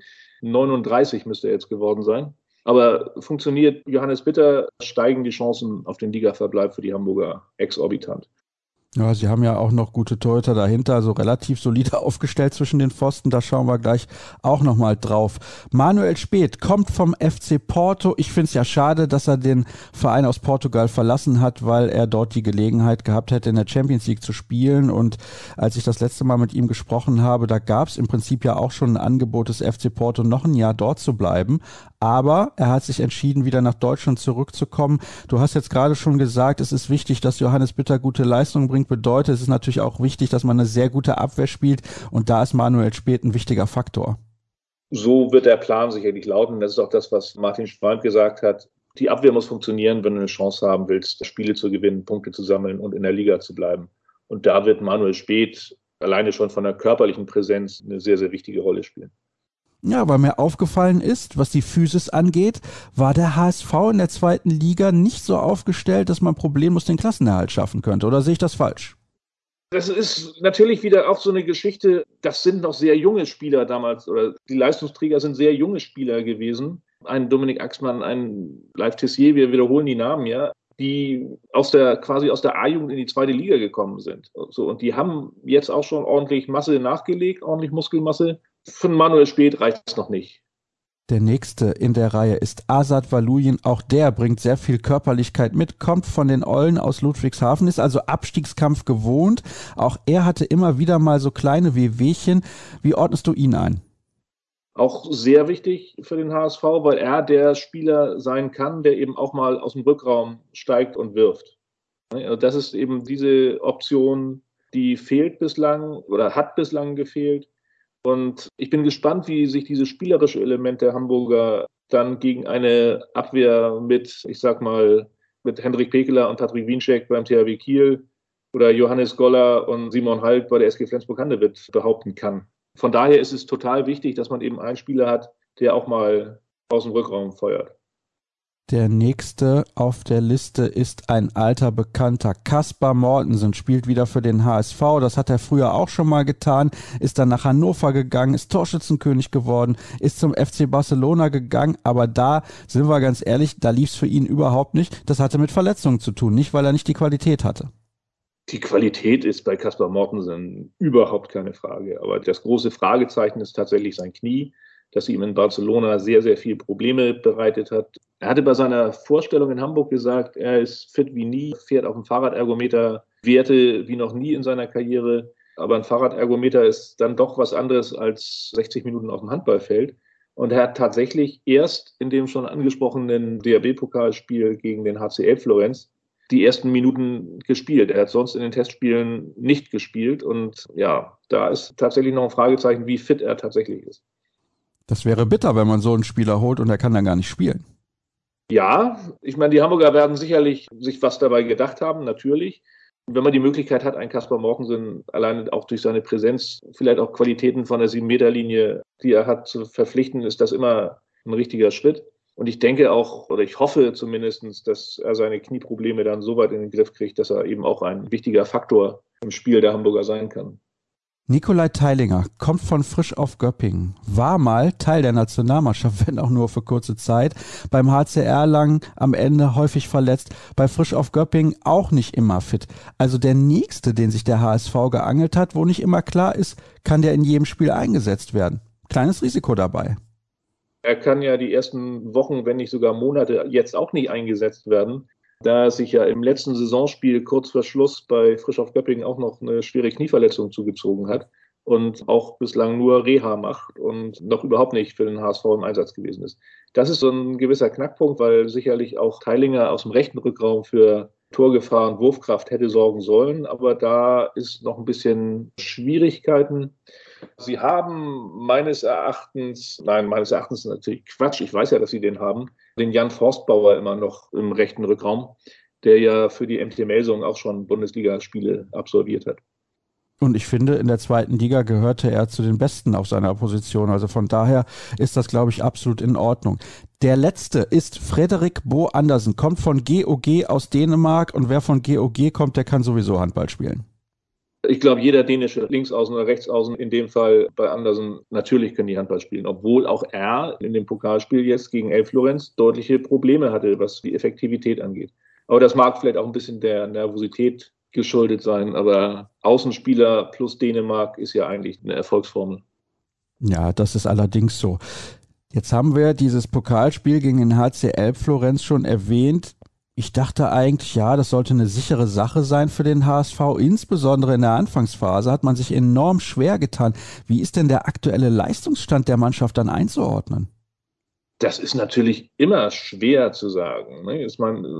39 müsste er jetzt geworden sein. Aber funktioniert Johannes Bitter, steigen die Chancen auf den Ligaverbleib für die Hamburger exorbitant. Ja, sie haben ja auch noch gute Torhüter dahinter, also relativ solide aufgestellt zwischen den Pfosten, da schauen wir gleich auch nochmal drauf. Manuel Späth kommt vom FC Porto. Ich finde es ja schade, dass er den Verein aus Portugal verlassen hat, weil er dort die Gelegenheit gehabt hätte, in der Champions League zu spielen. Und als ich das letzte Mal mit ihm gesprochen habe, da gab es im Prinzip ja auch schon ein Angebot des FC Porto, noch ein Jahr dort zu bleiben. Aber er hat sich entschieden, wieder nach Deutschland zurückzukommen. Du hast jetzt gerade schon gesagt, es ist wichtig, dass Johannes Bitter gute Leistungen bringt. Bedeutet, es ist natürlich auch wichtig, dass man eine sehr gute Abwehr spielt. Und da ist Manuel Späth ein wichtiger Faktor. So wird der Plan sicherlich lauten. Das ist auch das, was Martin Schwalb gesagt hat. Die Abwehr muss funktionieren, wenn du eine Chance haben willst, Spiele zu gewinnen, Punkte zu sammeln und in der Liga zu bleiben. Und da wird Manuel Späth alleine schon von der körperlichen Präsenz eine sehr, sehr wichtige Rolle spielen. Ja, weil mir aufgefallen ist, was die Physis angeht, war der HSV in der zweiten Liga nicht so aufgestellt, dass man problemlos den Klassenerhalt schaffen könnte. Oder sehe ich das falsch? Das ist natürlich wieder auch so eine Geschichte, das sind noch sehr junge Spieler damals, oder die Leistungsträger sind sehr junge Spieler gewesen. Ein Dominik Axmann, ein Leif Tissier, wir wiederholen die Namen, ja, die quasi aus der A-Jugend in die zweite Liga gekommen sind. So, und die haben jetzt auch schon ordentlich Masse nachgelegt, ordentlich Muskelmasse. Von Manuel Späth reicht es noch nicht. Der nächste in der Reihe ist Azad Valuyin. Auch der bringt sehr viel Körperlichkeit mit, kommt von den Eulen aus Ludwigshafen, ist also Abstiegskampf gewohnt. Auch er hatte immer wieder mal so kleine Wehwehchen. Wie ordnest du ihn ein? Auch sehr wichtig für den HSV, weil er der Spieler sein kann, der eben auch mal aus dem Rückraum steigt und wirft. Das ist eben diese Option, die fehlt bislang oder hat bislang gefehlt. Und ich bin gespannt, wie sich dieses spielerische Element der Hamburger dann gegen eine Abwehr mit, ich sag mal, mit Hendrik Pekeler und Patrick Wienschek beim THW Kiel oder Johannes Goller und Simon Halt bei der SG Flensburg-Handewitt behaupten kann. Von daher ist es total wichtig, dass man eben einen Spieler hat, der auch mal aus dem Rückraum feuert. Der nächste auf der Liste ist ein alter Bekannter. Kaspar Mortensen spielt wieder für den HSV. Das hat er früher auch schon mal getan. Ist dann nach Hannover gegangen, ist Torschützenkönig geworden, ist zum FC Barcelona gegangen. Aber da, sind wir ganz ehrlich, da lief es für ihn überhaupt nicht. Das hatte mit Verletzungen zu tun, nicht weil er nicht die Qualität hatte. Die Qualität ist bei Kaspar Mortensen überhaupt keine Frage. Aber das große Fragezeichen ist tatsächlich sein Knie. dass sie ihm in Barcelona sehr, sehr viel Probleme bereitet hat. Er hatte bei seiner Vorstellung in Hamburg gesagt, er ist fit wie nie, fährt auf dem Fahrradergometer Werte wie noch nie in seiner Karriere. Aber ein Fahrradergometer ist dann doch was anderes als 60 Minuten auf dem Handballfeld. Und er hat tatsächlich erst in dem schon angesprochenen DHB-Pokalspiel gegen den HCL Florenz die ersten Minuten gespielt. Er hat sonst in den Testspielen nicht gespielt. Und ja, da ist tatsächlich noch ein Fragezeichen, wie fit er tatsächlich ist. Das wäre bitter, wenn man so einen Spieler holt und er kann dann gar nicht spielen. Ja, ich meine, die Hamburger werden sicherlich sich was dabei gedacht haben, natürlich. Wenn man die Möglichkeit hat, einen Kaspar Mortensen alleine auch durch seine Präsenz, vielleicht auch Qualitäten von der 7-Meter-Linie, die er hat, zu verpflichten, ist das immer ein richtiger Schritt. Und ich denke auch, oder ich hoffe zumindest, dass er seine Knieprobleme dann so weit in den Griff kriegt, dass er eben auch ein wichtiger Faktor im Spiel der Hamburger sein kann. Nikolai Teilinger kommt von Frisch auf Göppingen, war mal Teil der Nationalmannschaft, wenn auch nur für kurze Zeit, beim HC Erlangen am Ende häufig verletzt, bei Frisch auf Göppingen auch nicht immer fit. Also der Nächste, den sich der HSV geangelt hat, wo nicht immer klar ist, kann der in jedem Spiel eingesetzt werden. Kleines Risiko dabei. Er kann ja die ersten Wochen, wenn nicht sogar Monate, jetzt auch nicht eingesetzt werden, da er sich ja im letzten Saisonspiel kurz vor Schluss bei Frisch auf Göppingen auch noch eine schwere Knieverletzung zugezogen hat und auch bislang nur Reha macht und noch überhaupt nicht für den HSV im Einsatz gewesen ist. Das ist so ein gewisser Knackpunkt, weil sicherlich auch Teilinger aus dem rechten Rückraum für Torgefahr und Wurfkraft hätte sorgen sollen, aber da ist noch ein bisschen Schwierigkeiten. Sie haben meines Erachtens natürlich Quatsch, ich weiß ja, dass Sie den haben, den Jan Forstbauer immer noch im rechten Rückraum, der ja für die MT Melsung auch schon Bundesligaspiele absolviert hat. Und ich finde, in der zweiten Liga gehörte er zu den Besten auf seiner Position. Also von daher ist das, glaube ich, absolut in Ordnung. Der letzte ist Frederik Bo Andersen, kommt von GOG aus Dänemark. Und wer von GOG kommt, der kann sowieso Handball spielen. Ich glaube, jeder dänische Linksaußen oder Rechtsaußen, in dem Fall bei Andersen, natürlich können die Handball spielen. Obwohl auch er in dem Pokalspiel jetzt gegen Elf Florenz deutliche Probleme hatte, was die Effektivität angeht. Aber das mag vielleicht auch ein bisschen der Nervosität geschuldet sein. Aber Außenspieler plus Dänemark ist ja eigentlich eine Erfolgsformel. Ja, das ist allerdings so. Jetzt haben wir dieses Pokalspiel gegen den HC Elf Florenz schon erwähnt. Ich dachte eigentlich, ja, das sollte eine sichere Sache sein für den HSV. Insbesondere in der Anfangsphase hat man sich enorm schwer getan. Wie ist denn der aktuelle Leistungsstand der Mannschaft dann einzuordnen? Das ist natürlich immer schwer zu sagen. Es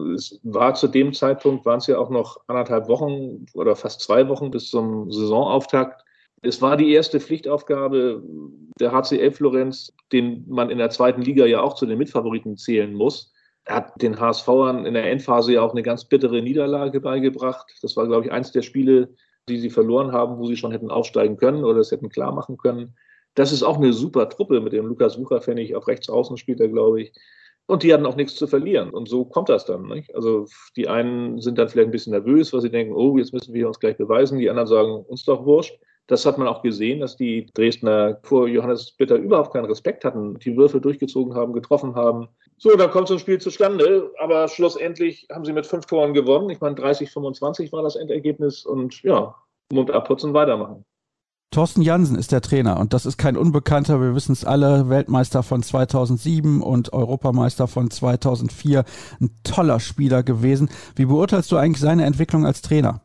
war zu dem Zeitpunkt, waren es ja auch noch 1,5 Wochen oder fast 2 Wochen bis zum Saisonauftakt. Es war die erste Pflichtaufgabe der HC Florenz, den man in der zweiten Liga ja auch zu den Mitfavoriten zählen muss. Er hat den HSVern in der Endphase ja auch eine ganz bittere Niederlage beigebracht. Das war, glaube ich, eins der Spiele, die sie verloren haben, wo sie schon hätten aufsteigen können oder es hätten klar machen können. Das ist auch eine super Truppe mit dem Lukas Wucherpfennig, auf rechts außen spielt er, glaube ich. Und die hatten auch nichts zu verlieren. Und so kommt das dann. Nicht? Also die einen sind dann vielleicht ein bisschen nervös, weil sie denken, oh, jetzt müssen wir uns gleich beweisen. Die anderen sagen, uns doch wurscht. Das hat man auch gesehen, dass die Dresdner vor Johannes Bitter überhaupt keinen Respekt hatten, die Würfe durchgezogen haben, getroffen haben. So, dann kommt so ein Spiel zustande, aber schlussendlich haben sie mit 5 Toren gewonnen. Ich meine, 30-25 war das Endergebnis und ja, Mund abputzen, weitermachen. Thorsten Jansen ist der Trainer und das ist kein Unbekannter, wir wissen es alle, Weltmeister von 2007 und Europameister von 2004, ein toller Spieler gewesen. Wie beurteilst du eigentlich seine Entwicklung als Trainer?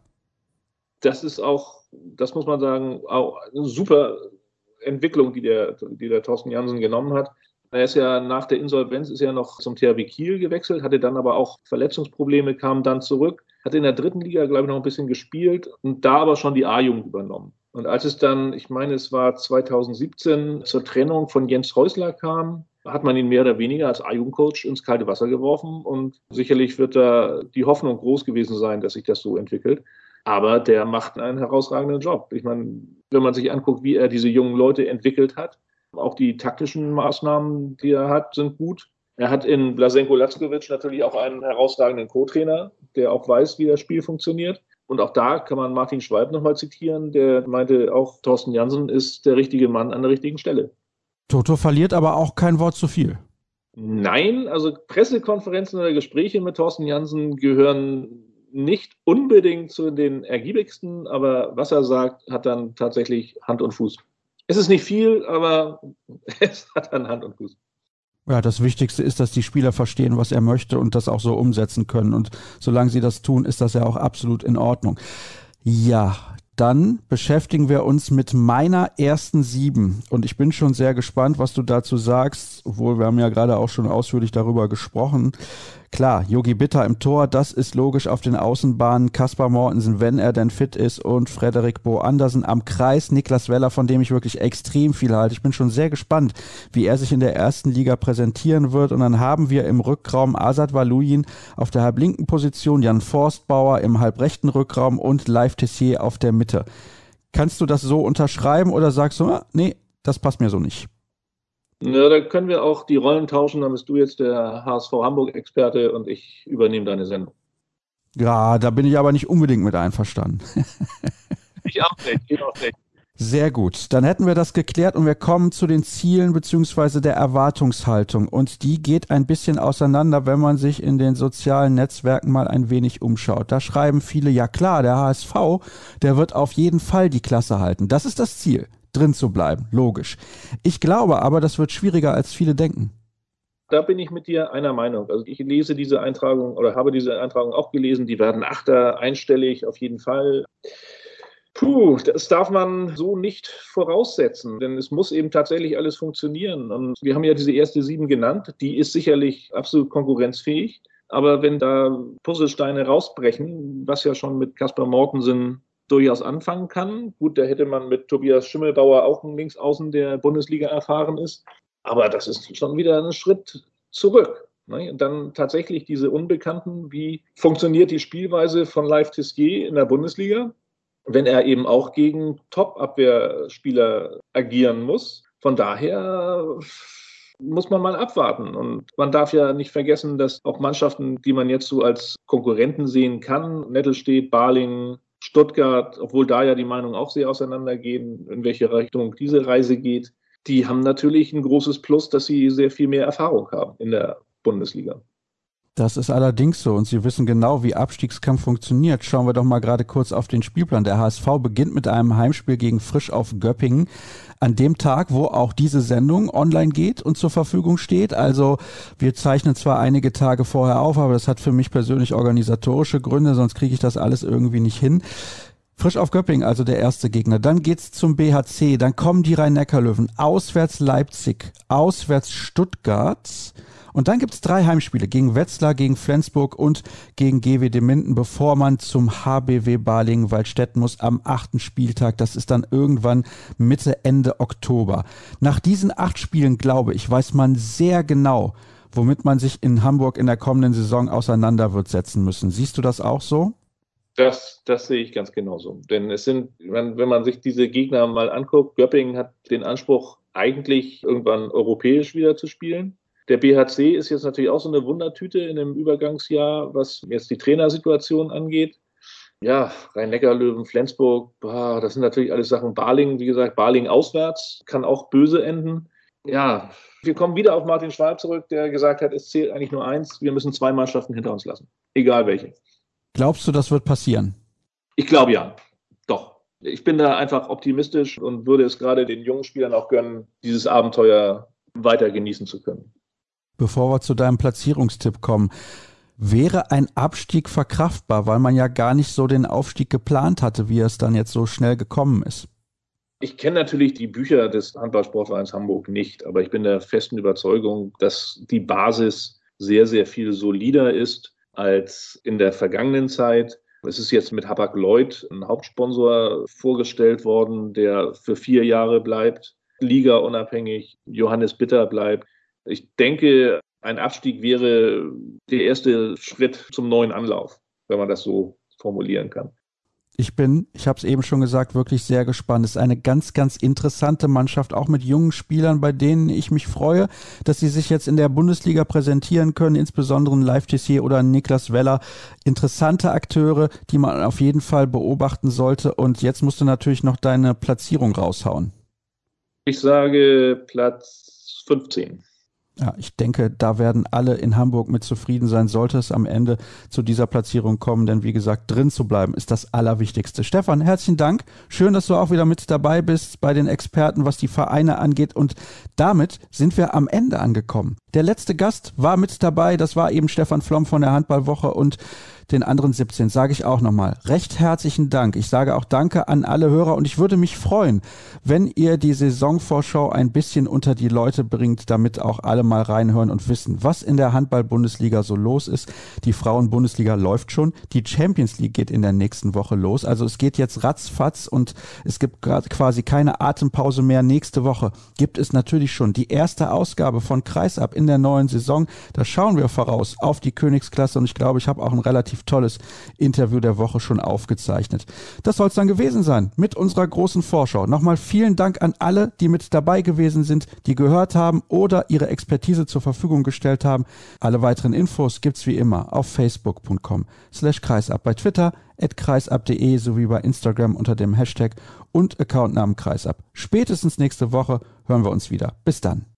Das ist auch, das muss man sagen, auch eine super Entwicklung, die der Thorsten Jansen genommen hat. Er ist ja nach der Insolvenz noch zum THW Kiel gewechselt, hatte dann aber auch Verletzungsprobleme, kam dann zurück, hat in der 3. Liga, glaube ich, noch ein bisschen gespielt und da aber schon die A-Jugend übernommen. Und als es dann, ich meine, es war 2017, zur Trennung von Jens Häusler kam, hat man ihn mehr oder weniger als A-Jugendcoach ins kalte Wasser geworfen und sicherlich wird da die Hoffnung groß gewesen sein, dass sich das so entwickelt. Aber der macht einen herausragenden Job. Ich meine, wenn man sich anguckt, wie er diese jungen Leute entwickelt hat, auch die taktischen Maßnahmen, die er hat, sind gut. Er hat in Blaženko Lackovic natürlich auch einen herausragenden Co-Trainer, der auch weiß, wie das Spiel funktioniert. Und auch da kann man Martin Schwalb nochmal zitieren, der meinte, auch Thorsten Jansen ist der richtige Mann an der richtigen Stelle. Toto verliert aber auch kein Wort zu viel. Nein, also Pressekonferenzen oder Gespräche mit Thorsten Jansen gehören nicht unbedingt zu den ergiebigsten, aber was er sagt, hat dann tatsächlich Hand und Fuß. Es ist nicht viel, aber es hat an Hand und Fuß. Ja, das Wichtigste ist, dass die Spieler verstehen, was er möchte und das auch so umsetzen können. Und solange sie das tun, ist das ja auch absolut in Ordnung. Ja, dann beschäftigen wir uns mit meiner ersten 7. Und ich bin schon sehr gespannt, was du dazu sagst, obwohl wir haben ja gerade auch schon ausführlich darüber gesprochen. Klar, Yogi Bitter im Tor, das ist logisch auf den Außenbahnen. Kaspar Mortensen, wenn er denn fit ist, und Frederik Bo Andersen am Kreis. Niklas Weller, von dem ich wirklich extrem viel halte. Ich bin schon sehr gespannt, wie er sich in der ersten Liga präsentieren wird. Und dann haben wir im Rückraum Azad Valuyin auf der halblinken Position, Jan Forstbauer im halbrechten Rückraum und Leif Tessier auf der Mitte. Kannst du das so unterschreiben oder sagst du, nee, das passt mir so nicht? Ja, da können wir auch die Rollen tauschen. Dann bist du jetzt der HSV Hamburg-Experte und ich übernehme deine Sendung. Ja, da bin ich aber nicht unbedingt mit einverstanden. Ich auch nicht. Sehr gut, dann hätten wir das geklärt und wir kommen zu den Zielen bzw. der Erwartungshaltung. Und die geht ein bisschen auseinander, wenn man sich in den sozialen Netzwerken mal ein wenig umschaut. Da schreiben viele, ja klar, der HSV, der wird auf jeden Fall die Klasse halten. Das ist das Ziel. Drin zu bleiben, logisch. Ich glaube aber, das wird schwieriger, als viele denken. Da bin ich mit dir einer Meinung. Also ich lese diese Eintragung oder habe diese Eintragung auch gelesen. Die werden Achter, einstellig auf jeden Fall. Das darf man so nicht voraussetzen, denn es muss eben tatsächlich alles funktionieren. Und wir haben ja diese erste 7 genannt. Die ist sicherlich absolut konkurrenzfähig. Aber wenn da Puzzlesteine rausbrechen, was ja schon mit Kaspar Mortensen durchaus anfangen kann. Gut, da hätte man mit Tobias Schimmelbauer auch einen Linksaußen, der Bundesliga erfahren ist. Aber das ist schon wieder ein Schritt zurück. Ne? Und dann tatsächlich diese Unbekannten, wie funktioniert die Spielweise von Leif Tessier in der Bundesliga, wenn er eben auch gegen Top-Abwehrspieler agieren muss. Von daher muss man mal abwarten. Und man darf ja nicht vergessen, dass auch Mannschaften, die man jetzt so als Konkurrenten sehen kann, Nettelstedt, Balingen, Stuttgart, obwohl da ja die Meinungen auch sehr auseinandergehen, in welche Richtung diese Reise geht, die haben natürlich ein großes Plus, dass sie sehr viel mehr Erfahrung haben in der Bundesliga. Das ist allerdings so und Sie wissen genau, wie Abstiegskampf funktioniert. Schauen wir doch mal gerade kurz auf den Spielplan. Der HSV beginnt mit einem Heimspiel gegen Frisch auf Göppingen an dem Tag, wo auch diese Sendung online geht und zur Verfügung steht. Also wir zeichnen zwar einige Tage vorher auf, aber das hat für mich persönlich organisatorische Gründe, sonst kriege ich das alles irgendwie nicht hin. Frisch auf Göppingen, also der erste Gegner. Dann geht's zum BHC, dann kommen die Rhein-Neckar-Löwen, auswärts Leipzig, auswärts Stuttgart. Und dann gibt es 3 Heimspiele gegen Wetzlar, gegen Flensburg und gegen GWD Minden, bevor man zum HBW Balingen-Waldstätten muss am 8. Spieltag. Das ist dann irgendwann Mitte, Ende Oktober. Nach diesen 8 Spielen, glaube ich, weiß man sehr genau, womit man sich in Hamburg in der kommenden Saison auseinander wird setzen müssen. Siehst du das auch so? Das sehe ich ganz genauso. Denn es sind, wenn man sich diese Gegner mal anguckt, Göppingen hat den Anspruch, eigentlich irgendwann europäisch wieder zu spielen. Der BHC ist jetzt natürlich auch so eine Wundertüte in einem Übergangsjahr, was jetzt die Trainersituation angeht. Ja, Rhein-Neckar-Löwen, Flensburg, das sind natürlich alles Sachen. Balingen, wie gesagt, Balingen auswärts, kann auch böse enden. Ja, wir kommen wieder auf Martin Schwalb zurück, der gesagt hat, es zählt eigentlich nur eins, wir müssen 2 Mannschaften hinter uns lassen, egal welche. Glaubst du, das wird passieren? Ich glaube ja, doch. Ich bin da einfach optimistisch und würde es gerade den jungen Spielern auch gönnen, dieses Abenteuer weiter genießen zu können. Bevor wir zu deinem Platzierungstipp kommen, wäre ein Abstieg verkraftbar, weil man ja gar nicht so den Aufstieg geplant hatte, wie es dann jetzt so schnell gekommen ist? Ich kenne natürlich die Bücher des Handballsportvereins Hamburg nicht, aber ich bin der festen Überzeugung, dass die Basis sehr, sehr viel solider ist als in der vergangenen Zeit. Es ist jetzt mit Hapag-Lloyd ein Hauptsponsor vorgestellt worden, der für 4 Jahre bleibt, ligaunabhängig, Johannes Bitter bleibt. Ich denke, ein Abstieg wäre der erste Schritt zum neuen Anlauf, wenn man das so formulieren kann. Ich habe es eben schon gesagt, wirklich sehr gespannt. Es ist eine ganz, ganz interessante Mannschaft, auch mit jungen Spielern, bei denen ich mich freue, dass sie sich jetzt in der Bundesliga präsentieren können, insbesondere ein Leif Tessier oder ein Niklas Weller. Interessante Akteure, die man auf jeden Fall beobachten sollte. Und jetzt musst du natürlich noch deine Platzierung raushauen. Ich sage Platz 15. Ja, ich denke, da werden alle in Hamburg mit zufrieden sein, sollte es am Ende zu dieser Platzierung kommen, denn wie gesagt, drin zu bleiben ist das Allerwichtigste. Stefan, herzlichen Dank. Schön, dass du auch wieder mit dabei bist bei den Experten, was die Vereine angeht, und damit sind wir am Ende angekommen. Der letzte Gast war mit dabei, das war eben Stefan Flom von der Handballwoche, und den anderen 17 sage ich auch nochmal recht herzlichen Dank. Ich sage auch Danke an alle Hörer, und ich würde mich freuen, wenn ihr die Saisonvorschau ein bisschen unter die Leute bringt, damit auch alle mal reinhören und wissen, was in der Handball-Bundesliga so los ist. Die Frauen-Bundesliga läuft schon, die Champions League geht in der nächsten Woche los. Also es geht jetzt ratzfatz und es gibt gerade quasi keine Atempause mehr. Nächste Woche gibt es natürlich schon die erste Ausgabe von Kreisab in der neuen Saison. Da schauen wir voraus auf die Königsklasse, und ich glaube, ich habe auch ein relativ tolles Interview der Woche schon aufgezeichnet. Das soll es dann gewesen sein mit unserer großen Vorschau. Nochmal vielen Dank an alle, die mit dabei gewesen sind, die gehört haben oder ihre Expertise zur Verfügung gestellt haben. Alle weiteren Infos gibt's wie immer auf facebook.com/kreisab, bei Twitter @kreisab.de sowie bei Instagram unter dem Hashtag und Accountnamen Kreisab. Spätestens nächste Woche hören wir uns wieder. Bis dann.